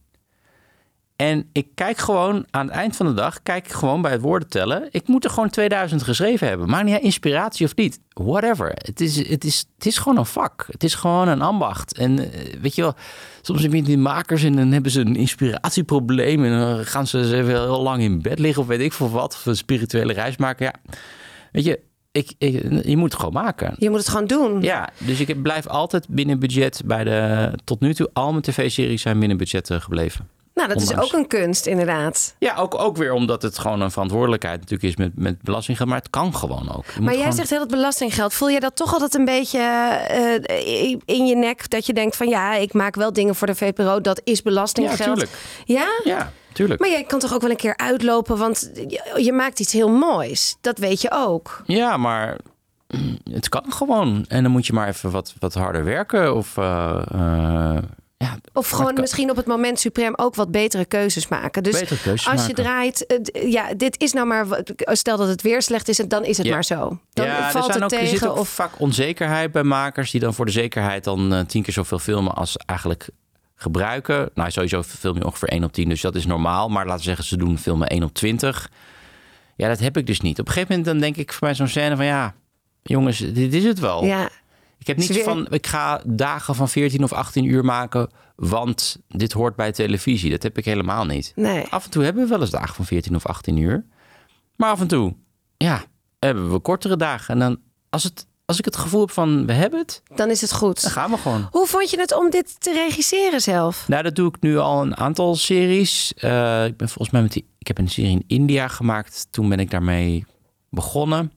En ik kijk gewoon aan het eind van de dag... kijk ik gewoon bij het woorden tellen... ik moet er gewoon tweeduizend geschreven hebben. Maar niet inspiratie of niet. Whatever. Het is, het, is, het is gewoon een vak. Het is gewoon een ambacht. En uh, weet je wel... soms heb je die makers en dan hebben ze een inspiratieprobleem... en dan gaan ze heel lang in bed liggen... of weet ik veel wat. Of een spirituele reis maken. Ja, weet je... Ik, ik, je moet het gewoon maken. Je moet het gewoon doen. Ja, dus ik blijf altijd binnen budget bij de... Tot nu toe, al mijn tv-series zijn binnen budget gebleven. Nou, dat Ondanks. is ook een kunst, inderdaad. Ja, ook, ook weer omdat het gewoon een verantwoordelijkheid natuurlijk is met, met belastinggeld. Maar het kan gewoon ook. Je maar jij gewoon... zegt heel dat belastinggeld. Voel je dat toch altijd een beetje uh, in je nek? Dat je denkt van ja, ik maak wel dingen voor de V P R O. Dat is belastinggeld. Ja, tuurlijk. Ja? Ja, tuurlijk. Maar jij kan toch ook wel een keer uitlopen. Want je, je maakt iets heel moois. Dat weet je ook. Ja, maar het kan gewoon. En dan moet je maar even wat, wat harder werken. Of... Uh, uh... Ja, of gewoon kan... misschien op het moment suprem ook wat betere keuzes maken. Dus betere keuzes als maken. je draait, uh, ja, dit is nou maar... Stel dat het weer slecht is, dan is het ja. maar zo. Dan ja, valt er, het ook, tegen. Er zit ook of... vaak onzekerheid bij makers... die dan voor de zekerheid dan uh, tien keer zoveel filmen als eigenlijk gebruiken. Nou, sowieso film je ongeveer één op tien, dus dat is normaal. Maar laten we zeggen, ze doen filmen één op twintig. Ja, dat heb ik dus niet. Op een gegeven moment dan denk ik voor mij zo'n scène van... ja, jongens, dit is het wel. Ja. Ik heb niet weer... van, ik ga dagen van veertien of achttien uur maken... want dit hoort bij televisie. Dat heb ik helemaal niet. Nee. Af en toe hebben we wel eens dagen van veertien of achttien uur. Maar af en toe, ja, hebben we kortere dagen. En dan, als, het, als ik het gevoel heb van, we hebben het... dan is het goed. Dan gaan we gewoon. Hoe vond je het om dit te regisseren zelf? Nou, dat doe ik nu al een aantal series. Uh, ik ben volgens mij met die... Ik heb een serie in India gemaakt. Toen ben ik daarmee begonnen.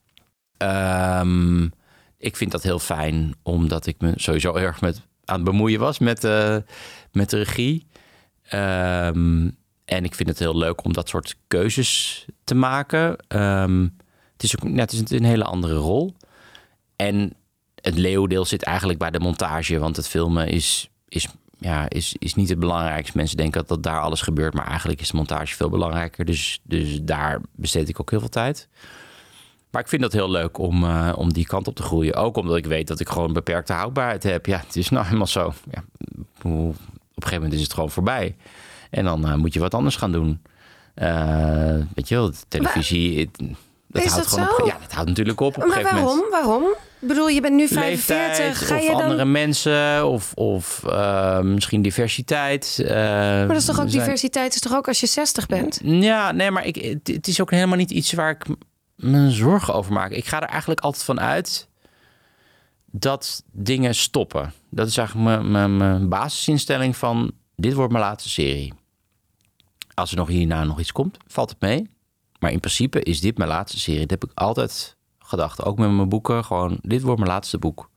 Um, ik vind dat heel fijn, omdat ik me sowieso erg met aan het bemoeien was met, uh, met de regie. Um, en ik vind het heel leuk om dat soort keuzes te maken. Um, het is ook ja, het is een hele andere rol. En het leeuwdeel zit eigenlijk bij de montage, want het filmen is, is, ja, is, is niet het belangrijkste. Mensen denken dat, dat daar alles gebeurt, maar eigenlijk is de montage veel belangrijker. Dus, dus daar besteed ik ook heel veel tijd. Maar ik vind dat heel leuk om, uh, om die kant op te groeien. Ook omdat ik weet dat ik gewoon beperkte houdbaarheid heb. Ja, het is nou helemaal zo. Ja, op een gegeven moment is het gewoon voorbij. En dan uh, moet je wat anders gaan doen. Uh, weet je wel, televisie... Het, dat is houdt dat gewoon zo? Op, ja, dat houdt natuurlijk op op een maar gegeven waarom? moment. Waarom? Ik bedoel, je bent nu vijfenveertig. Leeftijd, ga je of dan... andere mensen, of, of uh, misschien diversiteit. Uh, maar dat is toch ook zijn... diversiteit? is toch ook als je zestig bent? Ja, nee, maar ik, het, het is ook helemaal niet iets waar ik me zorgen over maak. Ik ga er eigenlijk altijd van uit dat dingen stoppen. Dat is eigenlijk mijn, mijn, mijn basisinstelling van... dit wordt mijn laatste serie. Als er nog hierna nog iets komt, valt het mee. Maar in principe is dit mijn laatste serie. Dat heb ik altijd gedacht. Ook met mijn boeken. Gewoon, dit wordt mijn laatste boek.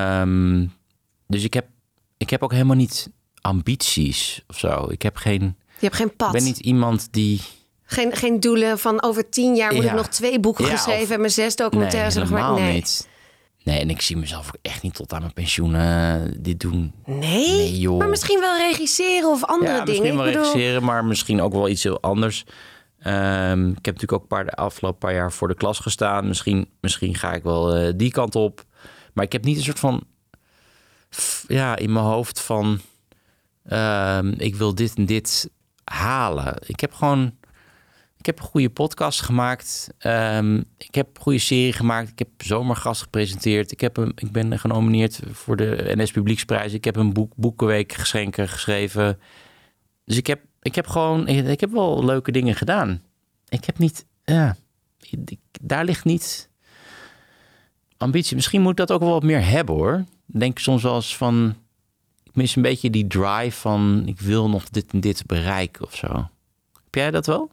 Um, dus ik heb, ik heb ook helemaal niet ambities of zo. Ik heb geen... Je hebt geen pad. Ik ben niet iemand die... Geen, geen doelen van over tien jaar moet Ja. ik nog twee boeken Ja, geschreven... of- en mijn zes documentaires nee, hebben gemaakt. helemaal Nee. niet. Nee, en ik zie mezelf ook echt niet tot aan mijn pensioen uh, dit doen. Nee? Nee, joh. Maar misschien wel regisseren of andere Ja, dingen. misschien wel ik bedoel... regisseren, maar misschien ook wel iets heel anders. Um, ik heb natuurlijk ook een paar, de afgelopen paar jaar voor de klas gestaan. Misschien, misschien ga ik wel uh, die kant op. Maar ik heb niet een soort van... F- ja, in mijn hoofd van... Um, ik wil dit en dit halen. Ik heb gewoon... Ik heb een goede podcast gemaakt. Um, ik heb een goede serie gemaakt. Ik heb Zomergast gepresenteerd. Ik, heb een, ik ben genomineerd voor de N S Publieksprijs. Ik heb een boek, boekenweek geschenken geschreven. Dus ik heb, ik heb gewoon... Ik, ik heb wel leuke dingen gedaan. Ik heb niet... Ja, ik, daar ligt niet ambitie. Misschien moet ik dat ook wel wat meer hebben, hoor. Ik denk soms wel eens van... Ik mis een beetje die drive van... Ik wil nog dit en dit bereiken of zo. Heb jij dat wel?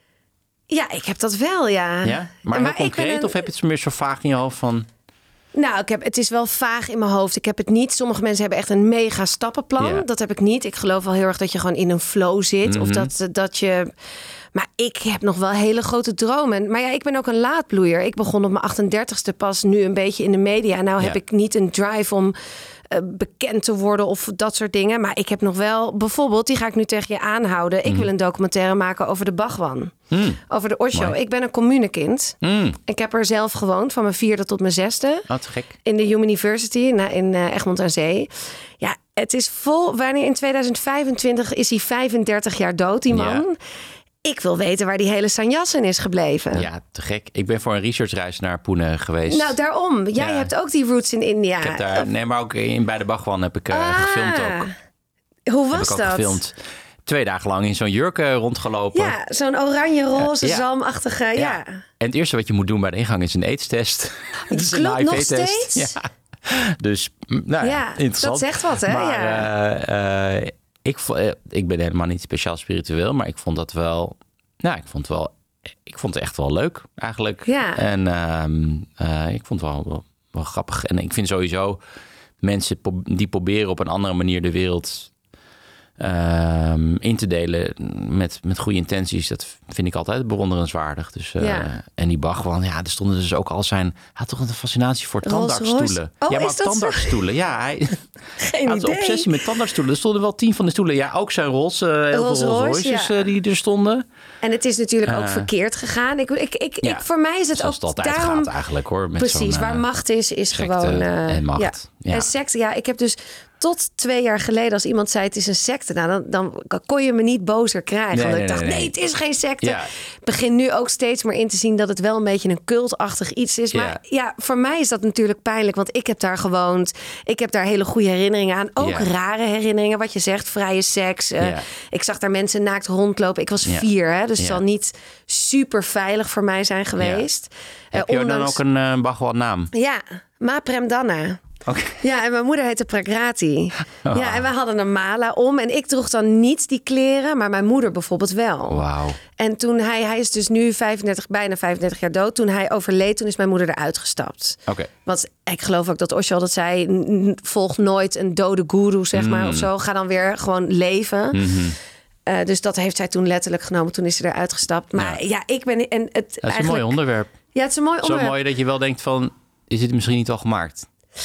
Ja, ik heb dat wel, ja. Ja? Maar, maar heel concreet? Een... Of heb je het meer zo vaag in je hoofd van... Nou, ik heb, het is wel vaag in mijn hoofd. Ik heb het niet. Sommige mensen hebben echt een mega stappenplan. Ja. Dat heb ik niet. Ik geloof wel heel erg dat je gewoon in een flow zit. Mm-hmm. Of dat, dat je... Maar ik heb nog wel hele grote dromen. Maar ja, ik ben ook een laadbloeier. Ik begon op mijn achtendertigste pas nu een beetje in de media. Nou ja. heb ik niet een drive om... Uh, bekend te worden of dat soort dingen. Maar ik heb nog wel... Bijvoorbeeld, die ga ik nu tegen je aanhouden. Ik mm. wil een documentaire maken over de Bhagwan. Mm. Over de Osho. Mooi. Ik ben een communekind. Mm. Ik heb er zelf gewoond, van mijn vierde tot mijn zesde. Wat gek. In de University in uh, Egmond aan Zee. Ja, het is vol... Wanneer in tweeduizend vijfentwintig is hij vijfendertig jaar dood, die man... Ja. Ik wil weten waar die hele sanjassen is gebleven. Ja, te gek. Ik ben voor een researchreis naar Pune geweest. Nou, daarom. Jij ja. hebt ook die roots in India. Ik heb daar, nee, maar ook in, bij de Bhagwan heb ik uh, ah, gefilmd ook. Hoe was heb ik dat? Ook gefilmd. Twee dagen lang in zo'n jurk uh, rondgelopen. Ja, zo'n oranje-roze, uh, ja. zalmachtige, ja. ja. En het eerste wat je moet doen bij de ingang is een AIDS-test. Het klopt nog steeds? Ja. Dus, nou ja, ja, interessant. Dat zegt wat, hè? Maar, ja. uh, uh, Ik, ik ben helemaal niet speciaal spiritueel, maar ik vond dat wel... Nou, ik vond het wel... Ik vond het echt wel leuk, eigenlijk. Ja. En uh, uh, ik vond het wel, wel, wel grappig. En ik vind sowieso mensen die proberen op een andere manier de wereld uh, in te delen met, met goede intenties. Dat vind ik altijd bewonderenswaardig. Dus, uh, ja. En die Bhagwan, ja, er stonden dus ook al zijn... Hij had toch een fascinatie voor tandartsstoelen. Oh, ja, maar tandartsstoelen. Ja, hij... Geen hij had een obsessie met tandartsstoelen. Er stonden wel tien van de stoelen. Ja, ook zijn Rolls, uh, heel Rolls veel Rolls Royces ja. uh, die er stonden. En het is natuurlijk ook uh, verkeerd gegaan. Ik, ik, ik, ja, ik, voor mij is het zoals ook het altijd daarom... gaat eigenlijk, hoor. Met precies, zo'n, uh, waar macht is, is secte gewoon... Uh, en macht. Ja. Ja. En secte, ja, ik heb dus tot twee jaar geleden... als iemand zei het is een secte... Nou, dan, dan kon je me niet bozer krijgen. Nee, want nee, ik dacht, nee, nee. nee, het is geen secte. Ja. Ik begin nu ook steeds meer in te zien... dat het wel een beetje een cultachtig iets is. Maar ja. ja, voor mij is dat natuurlijk pijnlijk... want ik heb daar gewoond. Ik heb daar hele goede herinneringen aan. Ook ja. rare herinneringen, wat je zegt. Vrije seks. Uh, ja. Ik zag daar mensen naakt rondlopen. Ik was ja. vier, hè, dus ja. het zal niet super veilig voor mij zijn geweest. Ja. Uh, heb je ondanks... dan ook een uh, Bhagwan naam? Ja, Ma Premdanna. Okay. Ja, en mijn moeder heette Prakrati. Oh. Ja, en wij hadden een mala om. En ik droeg dan niet die kleren, maar mijn moeder bijvoorbeeld wel. Wauw. En toen hij, hij is dus nu vijfendertig, bijna vijfendertig jaar dood. Toen hij overleed, toen is mijn moeder eruit gestapt. Oké. Okay. Want ik geloof ook dat Osho altijd zei, volg nooit een dode guru, zeg maar, mm. of zo. Ga dan weer gewoon leven. Mm-hmm. Uh, dus dat heeft hij toen letterlijk genomen. Toen is ze eruit gestapt. Maar ja, ja ik ben... En het dat is eigenlijk... een mooi onderwerp. Ja, het is een mooi onderwerp. Zo mooi dat je wel denkt van, is dit misschien niet al gemaakt?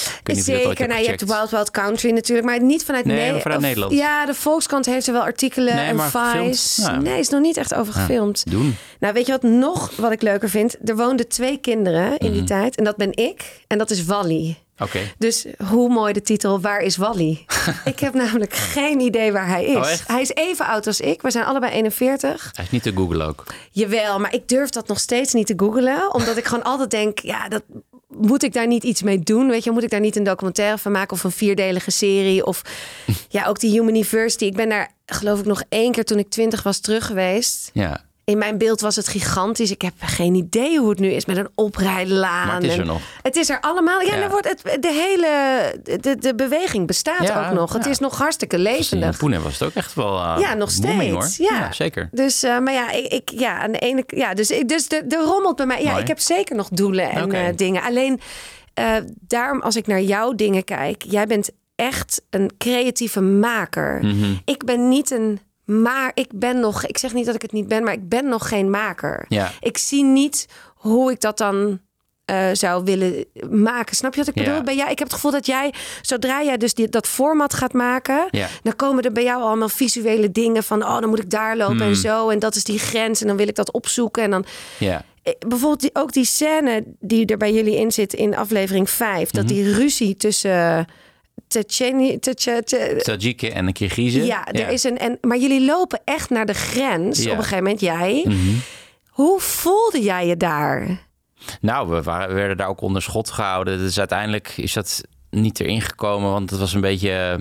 Zeker, nou, je hebt de Wild Wild Country natuurlijk, maar niet vanuit, nee, ne- maar vanuit of, Nederland. Ja, de Volkskrant heeft er wel artikelen nee, en Vice. Nou, nee, is nog niet echt over gefilmd. Ja, doen. Nou, weet je wat nog wat ik leuker vind? Er woonden twee kinderen in mm-hmm. die tijd en dat ben ik en dat is Wally. Okay. Dus hoe mooi de titel, waar is Wally? Ik heb namelijk geen idee waar hij is. Oh, hij is even oud als ik. We zijn allebei eenenveertig. Hij is niet te googlen ook. Jawel, maar ik durf dat nog steeds niet te googlen. Omdat ik gewoon altijd denk, ja, dat... moet ik daar niet iets mee doen? Weet je, moet ik daar niet een documentaire van maken of een vierdelige serie? Of ja, ook die University. Ik ben daar, geloof ik, nog één keer toen ik twintig was terug geweest. Ja. In mijn beeld was het gigantisch. Ik heb geen idee hoe het nu is met een oprijlaan. Maar het is er nog. Het is er allemaal. Ja, ja. Dan wordt het, de hele de, de beweging bestaat ja, ook nog. Het ja. is nog hartstikke levendig. In Pune was het ook echt wel uh, ja, nog steeds. Booming, hoor. Ja. ja, zeker. Dus, uh, maar ja, ik, ik ja, aan de ene, ja, dus, dus er, er rommelt bij mij. Ja, Mooi. Ik heb zeker nog doelen en okay. uh, dingen. Alleen uh, daarom, als ik naar jouw dingen kijk, jij bent echt een creatieve maker. Mm-hmm. Ik ben niet een maar ik ben nog... Ik zeg niet dat ik het niet ben, maar ik ben nog geen maker. Ja. Ik zie niet hoe ik dat dan uh, zou willen maken. Snap je wat ik bedoel? Ja. Ben jij, ik heb het gevoel dat jij, zodra jij dus die, dat format gaat maken... Ja. dan komen er bij jou allemaal visuele dingen van... oh, dan moet ik daar lopen Hmm. en zo. En dat is die grens en dan wil ik dat opzoeken. En dan... Ja. Bijvoorbeeld die, ook die scène die er bij jullie in zit in aflevering vijf. Dat Mm-hmm. die ruzie tussen... Tchetjeni- Tchetje- Tche- Tajike en de Kirgizen. Ja, er is een. En, maar jullie lopen echt naar de grens. Ja. Op een gegeven moment, jij. Mm-hmm. Hoe voelde jij je daar? Nou, we, waren, we werden daar ook onder schot gehouden. Dus uiteindelijk is dat niet erin gekomen, want het was een beetje...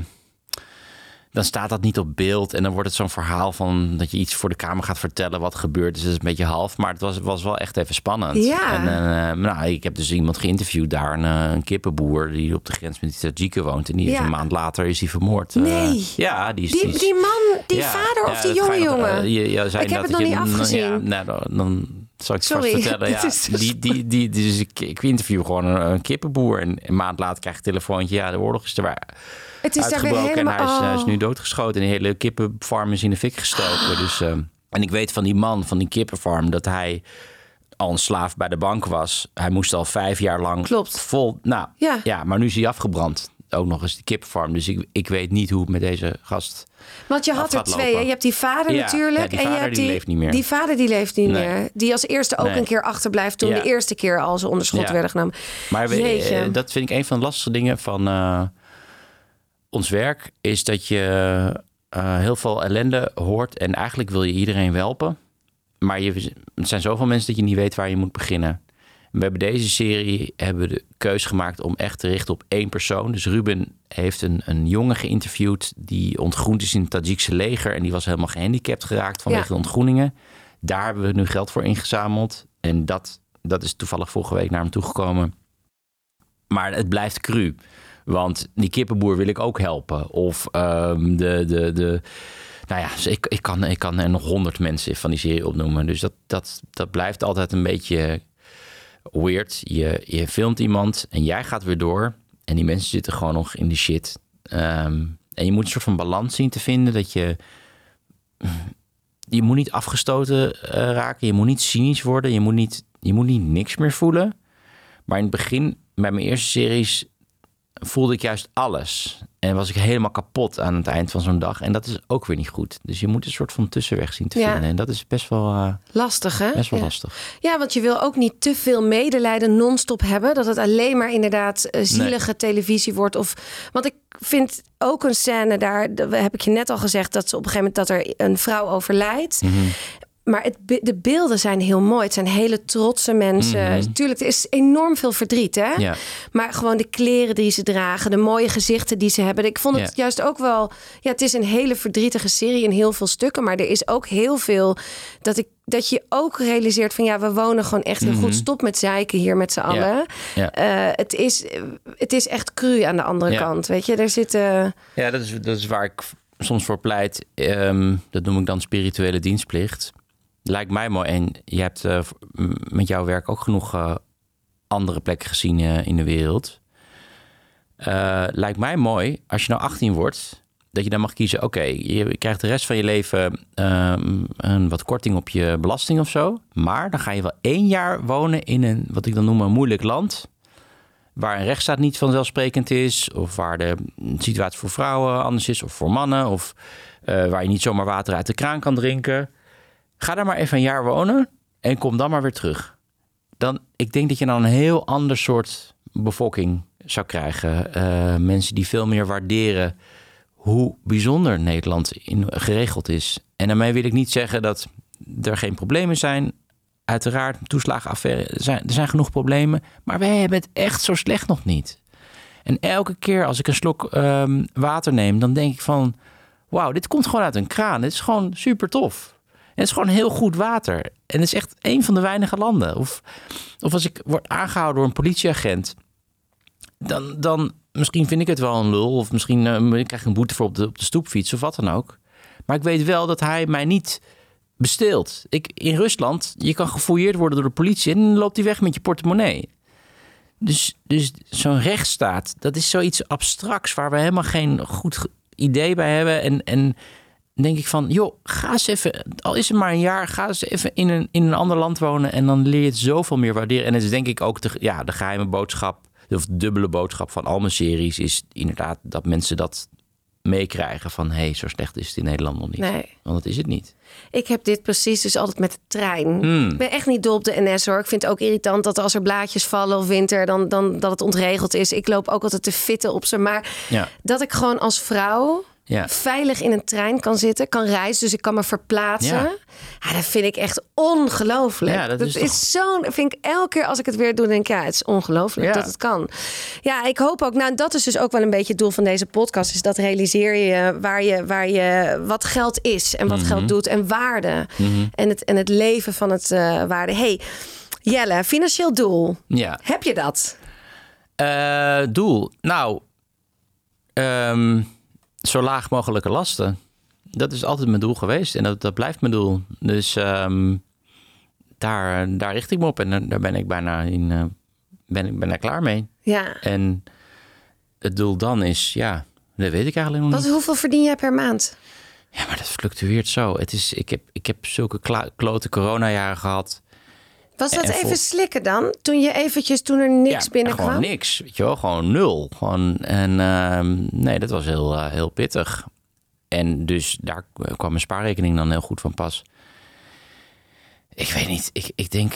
Dan staat dat niet op beeld en dan wordt het zo'n verhaal van dat je iets voor de camera gaat vertellen wat gebeurt. Dus het is een beetje half, maar het was, was wel echt even spannend. Ja. En uh, nou, ik heb dus iemand geïnterviewd daar, een, uh, een kippenboer die op de grens met die Tajiken woont. En die Ja. is een maand later is hij vermoord. Nee. Uh, ja, die is... Die, Die, is- die man, die ja, vader of ja, die dat ga jonge je nog, jongen? uh, je- je zei Ik heb dat het nog je- niet afgezien. Ja, nou, dan, dan zal ik het Sorry. vast vertellen. Ja, Het is- die, die, die, dus ik, ik interview gewoon een, een kippenboer en een maand later krijg ik een telefoontje. Ja, de oorlog is er waar. Het is daar weer uitgebroken helemaal... en hij is, hij is oh. nu doodgeschoten en de hele kippenfarm is in de fik gestoken. Dus, uh, en ik weet van die man van die kippenfarm dat hij al een slaaf bij de bank was. Hij moest al vijf jaar lang Klopt. vol... Nou, Ja. ja, maar nu is hij afgebrand. Ook nog eens die kippenfarm. Dus ik, ik weet niet hoe het met deze gast... Want je af had er gaat twee. lopen. Hè? Je hebt die vader Ja, natuurlijk. ja, die en je vader hebt die leeft niet meer. Die vader die leeft niet Nee. meer. Die als eerste ook Nee. een keer achterblijft toen Ja. de eerste keer al ze onder schot Ja. werden genomen. Maar we, Jeetje. eh, dat vind ik een van de lastige dingen van uh, ons werk. Is dat je uh, heel veel ellende hoort. En eigenlijk wil je iedereen helpen. Maar je, er zijn zoveel mensen dat je niet weet waar je moet beginnen. We hebben deze serie hebben we de keus gemaakt om echt te richten op één persoon. Dus Ruben heeft een, een jongen geïnterviewd die ontgroend is in het Tajikse leger. En die was helemaal gehandicapt geraakt vanwege Ja. de ontgroeningen. Daar hebben we nu geld voor ingezameld. En dat, dat is toevallig vorige week naar hem toegekomen. Maar het blijft cru. Want die kippenboer wil ik ook helpen. Of um, de... de, de nou ja, dus ik, ik, kan, ik kan er nog honderd mensen van die serie opnoemen. Dus dat, dat, dat blijft altijd een beetje weird. Je, je filmt iemand en jij gaat weer door. En die mensen zitten gewoon nog in de shit. Um, en je moet een soort van balans zien te vinden. Dat je... Je moet niet afgestoten uh, raken. Je moet niet cynisch worden. Je moet niet, je moet niet niks meer voelen. Maar in het begin, bij mijn eerste series, voelde ik juist alles. En was ik helemaal kapot aan het eind van zo'n dag. En dat is ook weer niet goed. Dus je moet een soort van tussenweg zien te Ja. vinden. En dat is best wel, uh, Lastig, hè? best wel Ja. lastig. Ja, want je wil ook niet te veel medelijden non-stop hebben. Dat het alleen maar inderdaad uh, zielige nee. televisie wordt. Of, want ik vind ook een scène daar, dat heb ik je net al gezegd, dat ze op een gegeven moment dat er een vrouw overlijdt. Mm-hmm. Maar het, de beelden zijn heel mooi. Het zijn hele trotse mensen. Mm-hmm. Tuurlijk, er is enorm veel verdriet, hè? Ja. Maar gewoon de kleren die ze dragen, de mooie gezichten die ze hebben. Ik vond het Ja. juist ook wel... Ja, het is een hele verdrietige serie in heel veel stukken. Maar er is ook heel veel dat, ik, dat je ook realiseert van... ja, we wonen gewoon echt heel Mm-hmm. goed. Stop met zeiken hier met z'n allen. Ja. Uh, het, is, het is echt cru aan de andere Ja. kant, weet je? Er zitten... Ja, dat is, dat is waar ik soms voor pleit. Um, dat noem ik dan spirituele dienstplicht. Lijkt mij mooi. En je hebt uh, met jouw werk ook genoeg uh, andere plekken gezien uh, in de wereld. Uh, lijkt mij mooi als je nou achttien wordt, dat je dan mag kiezen. Oké, okay, je krijgt de rest van je leven um, een wat korting op je belasting of zo. Maar dan ga je wel één jaar wonen in een, wat ik dan noem, een moeilijk land. Waar een rechtsstaat niet vanzelfsprekend is. Of waar de situatie voor vrouwen anders is. Of voor mannen. Of uh, waar je niet zomaar water uit de kraan kan drinken. Ga daar maar even een jaar wonen en kom dan maar weer terug. Dan, ik denk dat je dan een heel ander soort bevolking zou krijgen. Uh, mensen die veel meer waarderen hoe bijzonder Nederland in, geregeld is. En daarmee wil ik niet zeggen dat er geen problemen zijn. Uiteraard, toeslagenaffaire, er zijn, er zijn genoeg problemen. Maar wij hebben het echt zo slecht nog niet. En elke keer als ik een slok um, water neem, dan denk ik van... wauw, dit komt gewoon uit een kraan. Dit is gewoon super tof. En het is gewoon heel goed water. En het is echt een van de weinige landen. Of, of als ik word aangehouden door een politieagent... Dan, dan misschien vind ik het wel een lul. Of misschien uh, krijg ik een boete voor op de, op de stoepfiets of wat dan ook. Maar ik weet wel dat hij mij niet besteelt. Ik, in Rusland, je kan gefouilleerd worden door de politie... en dan loopt hij weg met je portemonnee. Dus, dus zo'n rechtsstaat, dat is zoiets abstracts... waar we helemaal geen goed idee bij hebben. En... en denk ik van, joh, ga eens even, al is het maar een jaar, ga eens even in een, in een ander land wonen en dan leer je het zoveel meer waarderen. En het is denk ik ook de, ja, de geheime boodschap, of de dubbele boodschap van al mijn series is inderdaad dat mensen dat meekrijgen van, hé, hey, zo slecht is het in Nederland nog niet. Nee. Want dat is het niet. Ik heb dit precies dus altijd met de trein. Hmm. Ik ben echt niet dol op de N S hoor. Ik vind het ook irritant dat als er blaadjes vallen of winter, dan, dan dat het ontregeld is. Ik loop ook altijd te fitten op ze. Maar Ja. dat ik gewoon als vrouw Ja. veilig in een trein kan zitten, kan reizen, dus ik kan me verplaatsen. Ja. Ja, dat vind ik echt ongelooflijk. Ja, dat dat is is, toch- zo'n, vind ik elke keer als ik het weer doe, denk ik, ja, het is ongelooflijk Ja. dat het kan. Ja, ik hoop ook, nou, dat is dus ook wel een beetje het doel van deze podcast, is dat realiseer je waar je, waar je wat geld is en wat Mhm. geld doet en waarde Mhm. en het en het leven van het uh, waarde. Hey, Jelle, financieel doel. Ja. Heb je dat? Uh, doel. Nou, um, zo laag mogelijke lasten. Dat is altijd mijn doel geweest. En dat, dat blijft mijn doel. Dus um, daar, daar richt ik me op. En daar ben ik bijna, in, uh, ben ik bijna klaar mee. Ja. En het doel dan is, ja, dat weet ik eigenlijk nog Wat, niet. hoeveel verdien jij per maand? Ja, maar dat fluctueert zo. Het is, ik, heb, ik heb zulke kla- klote coronajaren gehad. Was dat En even vol- slikken dan? Toen je eventjes, toen er niks ja, binnenkwam? gewoon niks, weet je wel, gewoon nul. Gewoon, en uh, nee, dat was heel, uh, heel pittig. En dus daar kwam mijn spaarrekening dan heel goed van pas. Ik weet niet, ik, ik denk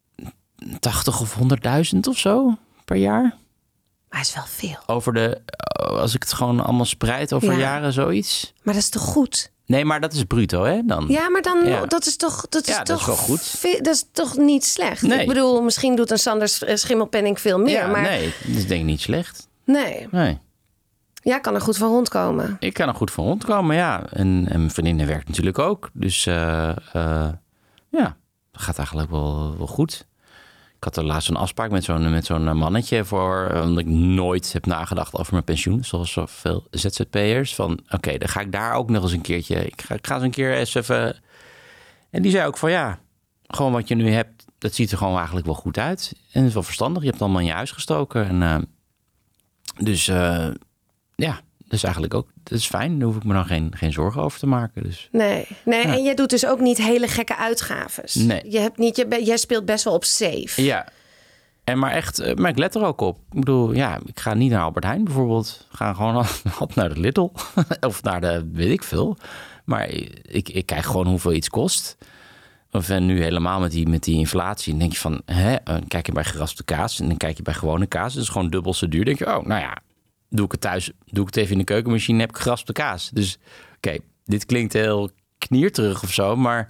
tachtig of honderdduizend of zo per jaar. Maar het is wel veel. Over de, als ik het gewoon allemaal spreid over Ja. jaren, zoiets. Maar dat is toch goed? Nee, maar dat is bruto, hè? Dan. Ja, maar dan, Ja. dat is toch, dat is Ja, dat toch is wel goed. ve- dat is toch niet slecht? Nee. Ik bedoel, misschien doet een Sander Schimmelpenning veel meer, Ja, maar nee, dat is denk ik niet slecht. nee. Nee. Ja, kan er goed van rondkomen. Ik kan er goed van rondkomen, ja. En, en mijn vriendin werkt natuurlijk ook. Dus uh, uh, ja, dat gaat eigenlijk wel, wel goed. Ik had er laatst een afspraak met zo'n, met zo'n mannetje voor... omdat ik nooit heb nagedacht over mijn pensioen. Zoals zoveel Z Z P'ers. Van oké, okay, dan ga ik daar ook nog eens een keertje... Ik ga, ik ga eens een keer eens even... En die zei ook van ja, gewoon wat je nu hebt... dat ziet er gewoon eigenlijk wel goed uit. En het is wel verstandig. Je hebt het allemaal in je huis gestoken. En, uh, dus... Uh, Ja, dat is eigenlijk ook, dat is fijn. Daar hoef ik me dan geen, geen zorgen over te maken. Dus. Nee, nee Ja. En jij doet dus ook niet hele gekke uitgaves. Nee. Je hebt niet, je, be- jij speelt best wel op safe. Ja, en maar echt, maar ik let er ook op. Ik bedoel, ja, ik ga niet naar Albert Heijn bijvoorbeeld. Ik ga gewoon altijd naar de Lidl. Of naar de, weet ik veel. Maar ik, ik kijk gewoon hoeveel iets kost. Of en nu helemaal met die, met die inflatie. Dan denk je van, hè, dan kijk je bij geraspte kaas. En dan kijk je bij gewone kaas. Dat is gewoon dubbel zo duur. Dan denk je, oh, nou ja. Doe ik het thuis, doe ik het even in de keukenmachine, heb ik geraspte kaas. Dus oké, okay, dit klinkt heel knierterug of zo, maar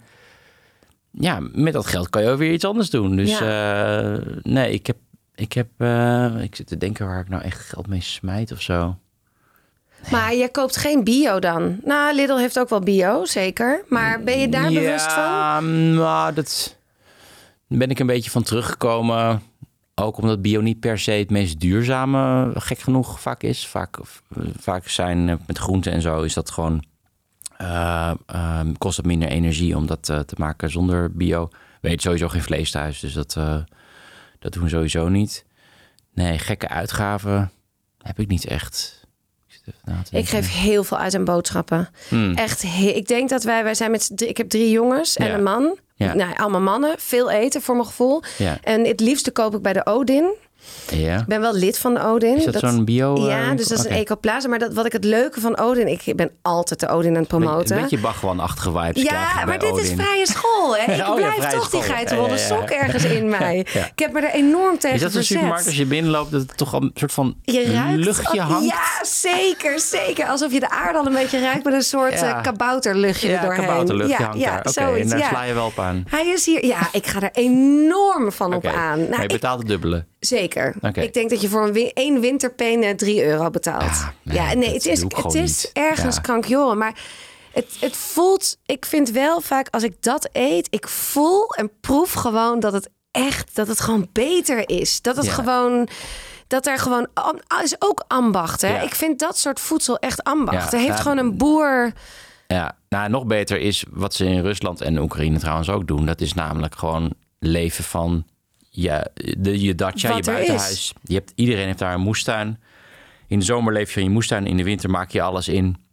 ja, met dat geld kan je ook weer iets anders doen. Dus ja. uh, nee, ik heb, ik heb, uh, ik zit te denken waar ik nou echt geld mee smijt of zo. Nee. Maar je koopt geen bio dan? Nou, Lidl heeft ook wel bio, zeker. Maar ben je daar ja, bewust van? Ja, nou, dat ben ik een beetje van teruggekomen. Ook omdat bio niet per se het meest duurzame, gek genoeg, vaak is. Vaak, vaak zijn met groenten en zo is dat gewoon... Uh, uh, kost het minder energie om dat uh, te maken zonder bio. We eten sowieso geen vlees thuis, dus dat, uh, dat doen we sowieso niet. Nee, gekke uitgaven heb ik niet echt. Ik, ik geef heel veel uit aan boodschappen. Hmm. Echt, he- ik denk dat wij, wij zijn met drie, ik heb drie jongens en ja. een man. Ja. Nou, allemaal mannen, veel eten voor mijn gevoel. Ja. En het liefste koop ik bij de Odin. Ja. Ik ben wel lid van de Odin. Is dat, dat zo'n bio? Ja, uh, dus dat is okay. een ecoplaza. Maar dat, wat ik het leuke van Odin... Ik ben altijd de Odin aan het promoten. Een beetje Bagwan-achtige vibes. Ja, maar dit Odin. is vrije school. Hè? Ik oh, blijf ja, toch school. die geitenwolle ja, ja, ja. sok ergens in mij. Ja. Ik heb me er enorm tegen Is dat verzet. een supermarkt als je binnenloopt... dat het toch een soort van je ruikt, luchtje hangt? Ja, zeker, zeker. Alsof je de aarde al een beetje ruikt... met een soort ja. uh, kabouterluchtje ja, erdoorheen. Kabouterluchtje ja, hangt ja, daar. Oké, okay, en daar ja. sla je wel op aan. Hij is hier... Ja, ik ga er enorm van okay. op aan. Nou, maar je betaalt het dubbele? Zeker. Okay. Ik denk dat je voor een één winterpeen drie euro betaalt. Ja, nee, ja, nee het is, het is ergens ja. krankjoren. Maar het, het voelt... Ik vind wel vaak, als ik dat eet... ik voel en proef gewoon dat het echt... dat het gewoon beter is. Dat het ja. gewoon... Dat er gewoon... is ook ambacht, hè? Ja. Ik vind dat soort voedsel echt ambacht. Ja, er heeft ja, gewoon een boer... Ja, nou, nog beter is wat ze in Rusland en Oekraïne trouwens ook doen. Dat is namelijk gewoon leven van... Ja, de, je dacha, je buitenhuis. Je hebt, iedereen heeft daar een moestuin. In de zomer leef je in je moestuin. In de winter maak je alles in.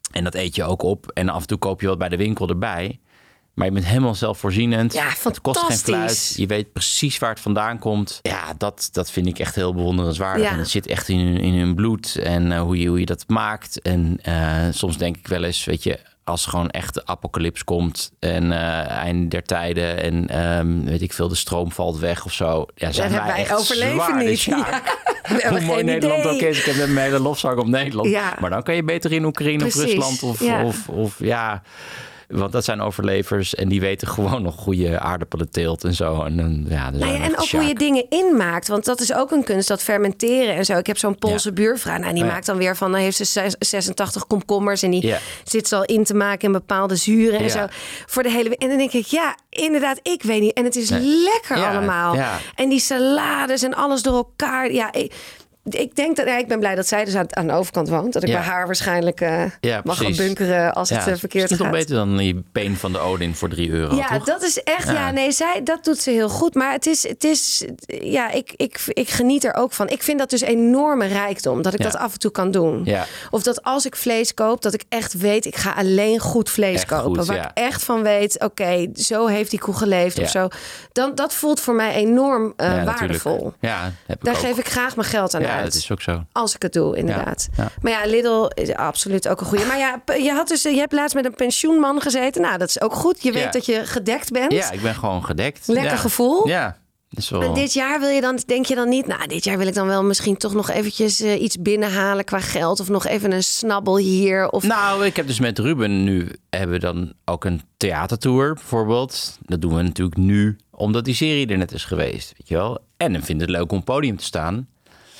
En dat eet je ook op. En af en toe koop je wat bij de winkel erbij. Maar je bent helemaal zelfvoorzienend. Ja, het kost geen fluit. Je weet precies waar het vandaan komt. Ja, dat, dat vind ik echt heel bewonderenswaardig. Ja. En het zit echt in, in hun bloed. En uh, hoe, je, hoe je dat maakt. En uh, soms denk ik wel eens, weet je... als er gewoon echt de apocalyps komt... en uh, eind der tijden... en um, weet ik veel, de stroom valt weg of zo. Ja, zijn wij, wij echt overleven zwaar, niet. Ja. Ja. Hoe mooi Nederland idee. Ook is. Ik heb net mijn hele lofzang op Nederland. Ja. Maar dan kan je beter in Oekraïne Precies. of Rusland... of ja... Of, of, ja Want dat zijn overlevers en die weten gewoon nog goede aardappelen teelt en zo. En, en, ja, nou ja, en ook hoe je dingen inmaakt. Want dat is ook een kunst, dat fermenteren en zo. Ik heb zo'n Poolse ja. buurvrouw. Nou, die oh ja. maakt dan weer van, dan heeft ze zesentachtig komkommers... en die ja. zit ze al in te maken in bepaalde zuren en ja. zo. Voor de hele... En dan denk ik, ja, inderdaad, ik weet niet. En het is nee. lekker ja. allemaal. Ja. En die salades en alles door elkaar. Ja, ik, Ik denk dat ja, ik ben blij dat zij dus aan, aan de overkant woont. Dat ik ja. bij haar waarschijnlijk uh, ja, mag gaan bunkeren als ja, het uh, verkeerd gaat. Het is toch beter dan die peen van de Odin voor drie euro, Ja, toch? dat is echt... Ja. ja, nee, zij, dat doet ze heel goed. Maar het is... Het is ja, ik, ik, ik geniet er ook van. Ik vind dat dus enorme rijkdom. Dat ik ja. dat af en toe kan doen. Ja. Of dat als ik vlees koop, dat ik echt weet... ik ga alleen goed vlees echt kopen. Goed, waar ja. ik echt van weet... oké, okay, zo heeft die koe geleefd ja. of zo. Dan, dat voelt voor mij enorm uh, ja, waardevol. Ja, heb ik Daar ook. geef ik graag mijn geld aan ja, uit. Dat is ook zo. Als ik het doe, inderdaad. Ja, ja. Maar ja, Lidl is absoluut ook een goede. Maar ja, je, had dus, je hebt laatst met een pensioenman gezeten. Nou, dat is ook goed. Je weet ja. dat je gedekt bent. Ja, ik ben gewoon gedekt. Lekker ja. gevoel. Ja. Wel... En dit jaar wil je dan, denk je dan niet... nou, dit jaar wil ik dan wel misschien toch nog eventjes uh, iets binnenhalen qua geld... of nog even een snabbel hier? Of... Nou, ik heb dus met Ruben nu... hebben we dan ook een theatertour bijvoorbeeld. Dat doen we natuurlijk nu, omdat die serie er net is geweest. Weet je wel? En dan vind ik het leuk om op het podium te staan...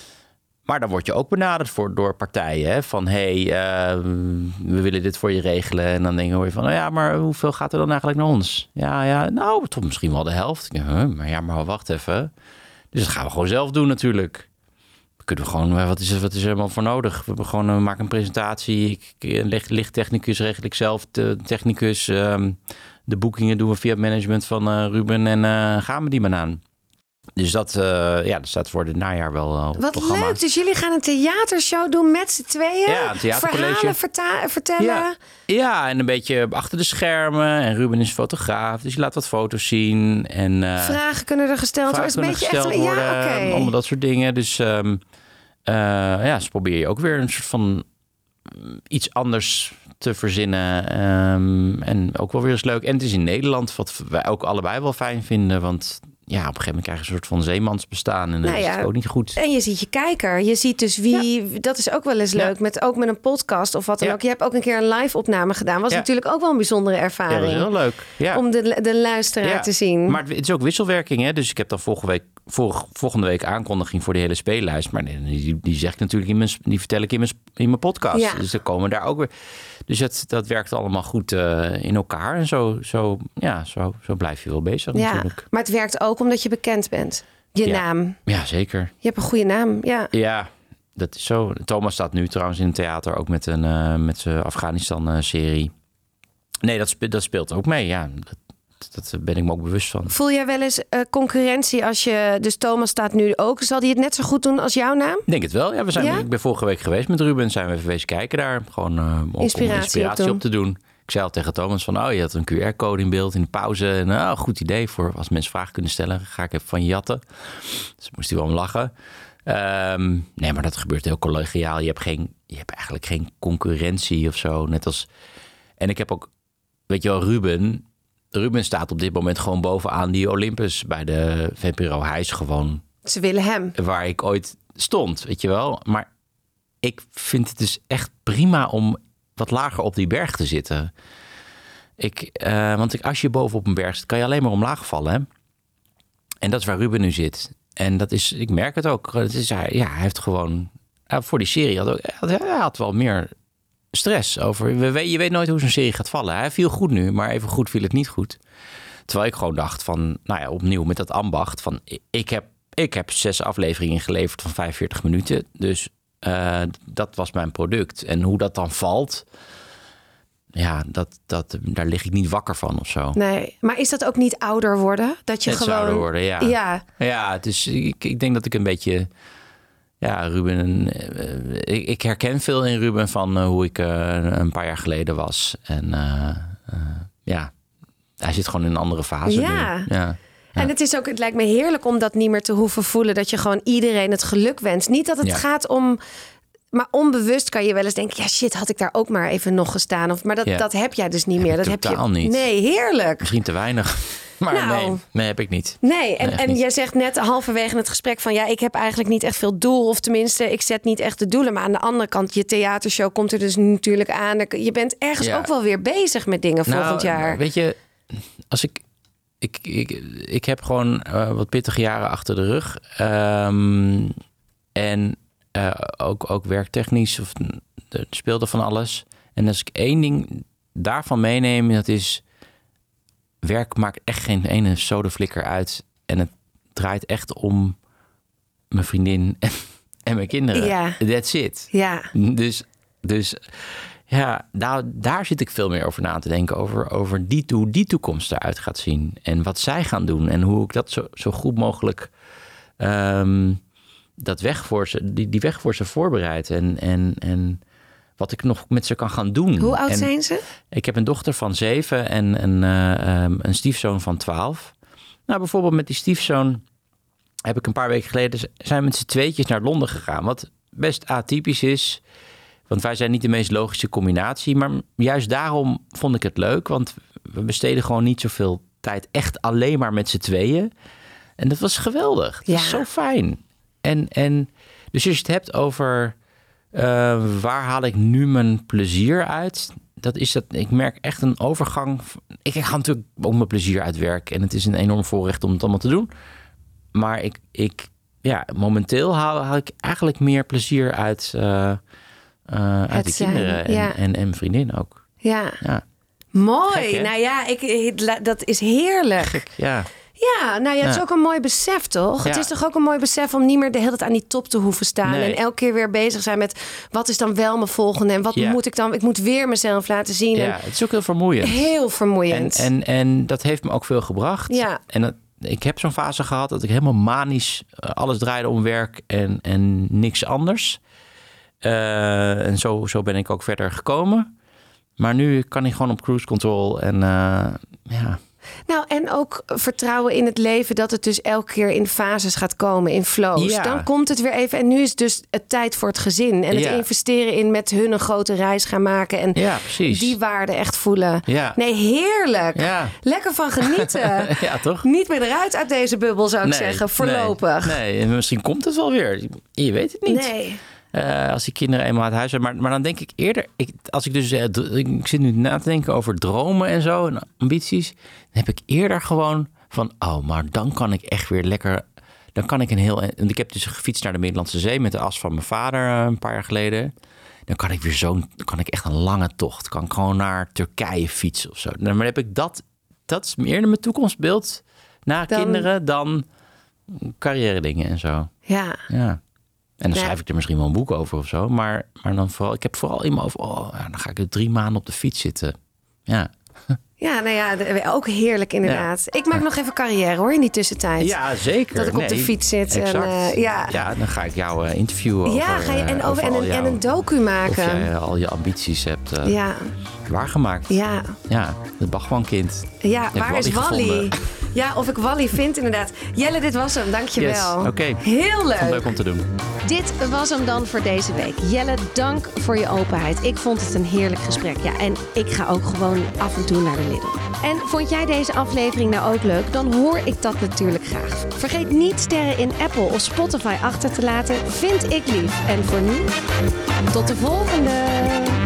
Maar dan word je ook benaderd voor, door partijen. Hè? Van, hé, hey, uh, we willen dit voor je regelen. En dan denk je van, nou ja, maar hoeveel gaat er dan eigenlijk naar ons? Ja, ja, nou, toch misschien wel de helft. Ja, huh, maar ja, maar wacht even. Dus dat gaan we gewoon zelf doen natuurlijk. Dan kunnen we gewoon, wat is er, wat is er helemaal voor nodig? We hebben gewoon, we maken een presentatie. Ik, licht, lichttechnicus regel ik zelf. De technicus, um, de boekingen doen we via het management van uh, Ruben. En uh, gaan we die maar aan. Dus dat, uh, ja, dat staat voor het najaar wel uh, op het Wat programma. leuk, dus jullie gaan een theatershow doen met z'n tweeën? Ja, een theatercollege. Verhalen verta- vertellen? Ja. ja, en een beetje achter de schermen. En Ruben is fotograaf, dus je laat wat foto's zien. En, uh, vragen kunnen er gesteld worden. Vragen is een beetje echt, worden, ja, okay. Allemaal dat soort dingen. Dus um, uh, ja, dus probeer je ook weer een soort van iets anders te verzinnen. Um, en ook wel weer eens leuk. En het is in Nederland, wat wij ook allebei wel fijn vinden, want... Ja, op een gegeven moment krijg je een soort van zeemansbestaan. En dat nou ja, is het ook niet goed. En je ziet je kijker. Je ziet dus wie... Ja. Dat is ook wel eens leuk. Ja. Met, ook met een podcast of wat dan ja. ook. Je hebt ook een keer een live opname gedaan. Was ja. natuurlijk ook wel een bijzondere ervaring. Ja, dat is heel leuk. Ja. Om de, de luisteraar ja. te zien. Maar het is ook wisselwerking. Hè? Dus ik heb dan volgende week, volg, volgende week aankondiging voor de hele speellijst. Maar die, die zeg ik natuurlijk in mijn, die vertel ik in mijn, in mijn podcast. Ja. Dus dan komen daar ook weer... Dus het, dat werkt allemaal goed uh, in elkaar. En zo, zo, ja, zo, zo blijf je wel bezig ja, natuurlijk. Maar het werkt ook omdat je bekend bent. Je ja. naam. Ja, zeker. Je hebt een goede naam, ja. Ja, dat is zo. Thomas staat nu trouwens in het theater ook met, een, uh, met zijn Afghanistan-serie. Nee, dat speelt, dat speelt ook mee, ja. Dat, dat ben ik me ook bewust van. Voel jij wel eens uh, concurrentie als je... Dus Thomas staat nu ook. Zal hij het net zo goed doen als jouw naam? Ik denk het wel. Ja, we zijn, ja? Ik ben vorige week geweest met Ruben. Zijn we even geweest kijken daar. Gewoon uh, om inspiratie, inspiratie op, op te doen. Ik zei al tegen Thomas van... Oh, je had een Q R-code in beeld in de pauze. En, oh, goed idee voor als mensen vragen kunnen stellen. Ga ik even van je jatten. Dus moest hij wel om lachen. Um, nee, maar dat gebeurt heel collegiaal. Je hebt, geen, je hebt eigenlijk geen concurrentie of zo. Net als... En ik heb ook... Weet je wel, Ruben... Ruben staat op dit moment gewoon bovenaan die Olympus bij de V P R O. Hij is gewoon... Ze willen hem. Waar ik ooit stond, weet je wel. Maar ik vind het dus echt prima om wat lager op die berg te zitten. Ik, uh, want ik, als je boven op een berg zit, kan je alleen maar omlaag vallen. Hè? En dat is waar Ruben nu zit. En dat is, ik merk het ook. Het is, ja, hij heeft gewoon... Voor die serie had ook, hij had wel meer... stress over. Je weet nooit hoe zo'n serie gaat vallen. Hij viel goed nu, maar even goed viel het niet goed. Terwijl ik gewoon dacht van, nou ja, opnieuw met dat ambacht van, ik heb, ik heb zes afleveringen geleverd van vijfenveertig minuten. Dus uh, dat was mijn product. En hoe dat dan valt, ja, dat, dat, daar lig ik niet wakker van of zo. Nee, maar is dat ook niet ouder worden? Dat je het gewoon... ouder worden, ja. Ja, ja het is, ik, ik denk dat ik een beetje... Ja, Ruben, uh, ik, ik herken veel in Ruben van uh, hoe ik uh, een paar jaar geleden was. En uh, uh, ja, hij zit gewoon in een andere fase ja. nu. Ja. Ja. En het is ook, het lijkt me heerlijk om dat niet meer te hoeven voelen. Dat je gewoon iedereen het geluk wenst. Niet dat het ja. gaat om... Maar onbewust kan je wel eens denken... ja, shit, had ik daar ook maar even nog gestaan. Of, maar dat, ja. dat heb jij dus niet meer. Dat heb je niet. Nee, heerlijk. Misschien te weinig. Maar nou, nee, nee, heb ik niet. Nee, en, nee, en niet. jij zegt net halverwege het gesprek van... ja, ik heb eigenlijk niet echt veel doel. Of tenminste, ik zet niet echt de doelen. Maar aan de andere kant, je theatershow komt er dus natuurlijk aan. Je bent ergens ja. ook wel weer bezig met dingen nou, volgend jaar. Weet je, als ik... Ik, ik, ik heb gewoon uh, wat pittige jaren achter de rug. Um, en uh, ook, ook werktechnisch. Of, er speelde van alles. En als ik één ding daarvan meeneem... dat is... werk maakt echt geen ene sodeflikker uit. En het draait echt om mijn vriendin en, en mijn kinderen. Ja. That's it. Ja. Dus... dus Ja, daar, daar zit ik veel meer over na te denken. Over, over die, hoe die toekomst eruit gaat zien. En wat zij gaan doen. En hoe ik dat zo, zo goed mogelijk... Um, dat weg voor ze, die, die weg voor ze voorbereid. En, en, en wat ik nog met ze kan gaan doen. Hoe oud en zijn ze? Ik heb een dochter van zeven en een, uh, um, een stiefzoon van twaalf. Nou, bijvoorbeeld met die stiefzoon... heb ik een paar weken geleden... zijn we met z'n tweetjes naar Londen gegaan. Wat best atypisch is... Want wij zijn niet de meest logische combinatie. Maar juist daarom vond ik het leuk. Want we besteden gewoon niet zoveel tijd echt alleen maar met z'n tweeën. En dat was geweldig. Dat ja. was zo fijn. En, en dus als je het hebt over... Uh, waar haal ik nu mijn plezier uit? Dat is dat. Ik merk echt een overgang. Ik ga natuurlijk ook mijn plezier uit werk. En het is een enorm voorrecht om het allemaal te doen. Maar ik, ik ja, momenteel haal, haal ik eigenlijk meer plezier uit... Uh, Uh, uit de zijn, kinderen en, ja. en, en vriendin ook. Ja, ja. Mooi. Gek, nou ja, ik, ik, dat is heerlijk. Gek, ja. Ja, nou ja, het is ja. ook een mooi besef, toch? Ja. Het is toch ook een mooi besef om niet meer de hele tijd aan die top te hoeven staan. Nee. En elke keer weer bezig zijn met wat is dan wel mijn volgende en wat ja. moet ik dan? Ik moet weer mezelf laten zien. Ja, en het is ook heel vermoeiend. Heel vermoeiend. En, en, en dat heeft me ook veel gebracht. Ja. En dat, ik heb zo'n fase gehad dat ik helemaal manisch uh, alles draaide om werk en, en niks anders. Uh, en zo, zo ben ik ook verder gekomen. Maar nu kan ik gewoon op cruise control en uh, ja... Nou, en ook vertrouwen in het leven dat het dus elke keer in fases gaat komen, in flows. Ja. Dan komt het weer even. En nu is dus het tijd voor het gezin. En het ja. investeren in met hun een grote reis gaan maken. En ja, precies. die waarde echt voelen. Ja. Nee, heerlijk. Ja. Lekker van genieten. Ja, toch? Niet meer eruit uit deze bubbel, zou ik nee, zeggen. Voorlopig. Nee, nee, en misschien komt het wel weer. Je weet het niet. Nee. Uh, als die kinderen eenmaal uit huis zijn. Maar, maar dan denk ik eerder... Ik, als ik dus... Uh, ik zit nu na te denken over dromen en zo. En ambities. Dan heb ik eerder gewoon van... Oh, maar dan kan ik echt weer lekker... Dan kan ik een heel... En ik heb dus gefietst naar de Middellandse Zee... met de as van mijn vader uh, een paar jaar geleden. Dan kan ik weer zo'n... Dan kan ik echt een lange tocht. Kan ik gewoon naar Turkije fietsen of zo. Maar dan heb ik dat... Dat is eerder mijn toekomstbeeld... Na dan... kinderen dan... Carrière dingen en zo. Ja. Ja. En dan ja. schrijf ik er misschien wel een boek over of zo. Maar, maar dan vooral, ik heb vooral in me over... Oh, ja, dan ga ik er drie maanden op de fiets zitten. Ja. Ja, nou ja, ook heerlijk inderdaad. Ja. Ik maak nog even carrière hoor, in die tussentijd. Ja, zeker. Dat ik nee, op de fiets zit. Exact. En, uh, ja. ja, dan ga ik jou uh, interviewen ja, over... ga je, en, uh, over, over en, een, jouw, en een docu maken. Of jij uh, al je ambities hebt uh, ja. waargemaakt. Ja. Ja, het Bachmankind. Ja, waar Wally is Wally? Gevonden. Ja, of ik Wally vind inderdaad. Jelle, dit was hem. Dankjewel. Yes, oké. Okay. Heel leuk. Vond leuk om te doen. Dit was hem dan voor deze week. Jelle, dank voor je openheid. Ik vond het een heerlijk gesprek. Ja, en ik ga ook gewoon af en toe naar de Lidl. En vond jij deze aflevering nou ook leuk? Dan hoor ik dat natuurlijk graag. Vergeet niet sterren in Apple of Spotify achter te laten. Vind ik lief. En voor nu, tot de volgende.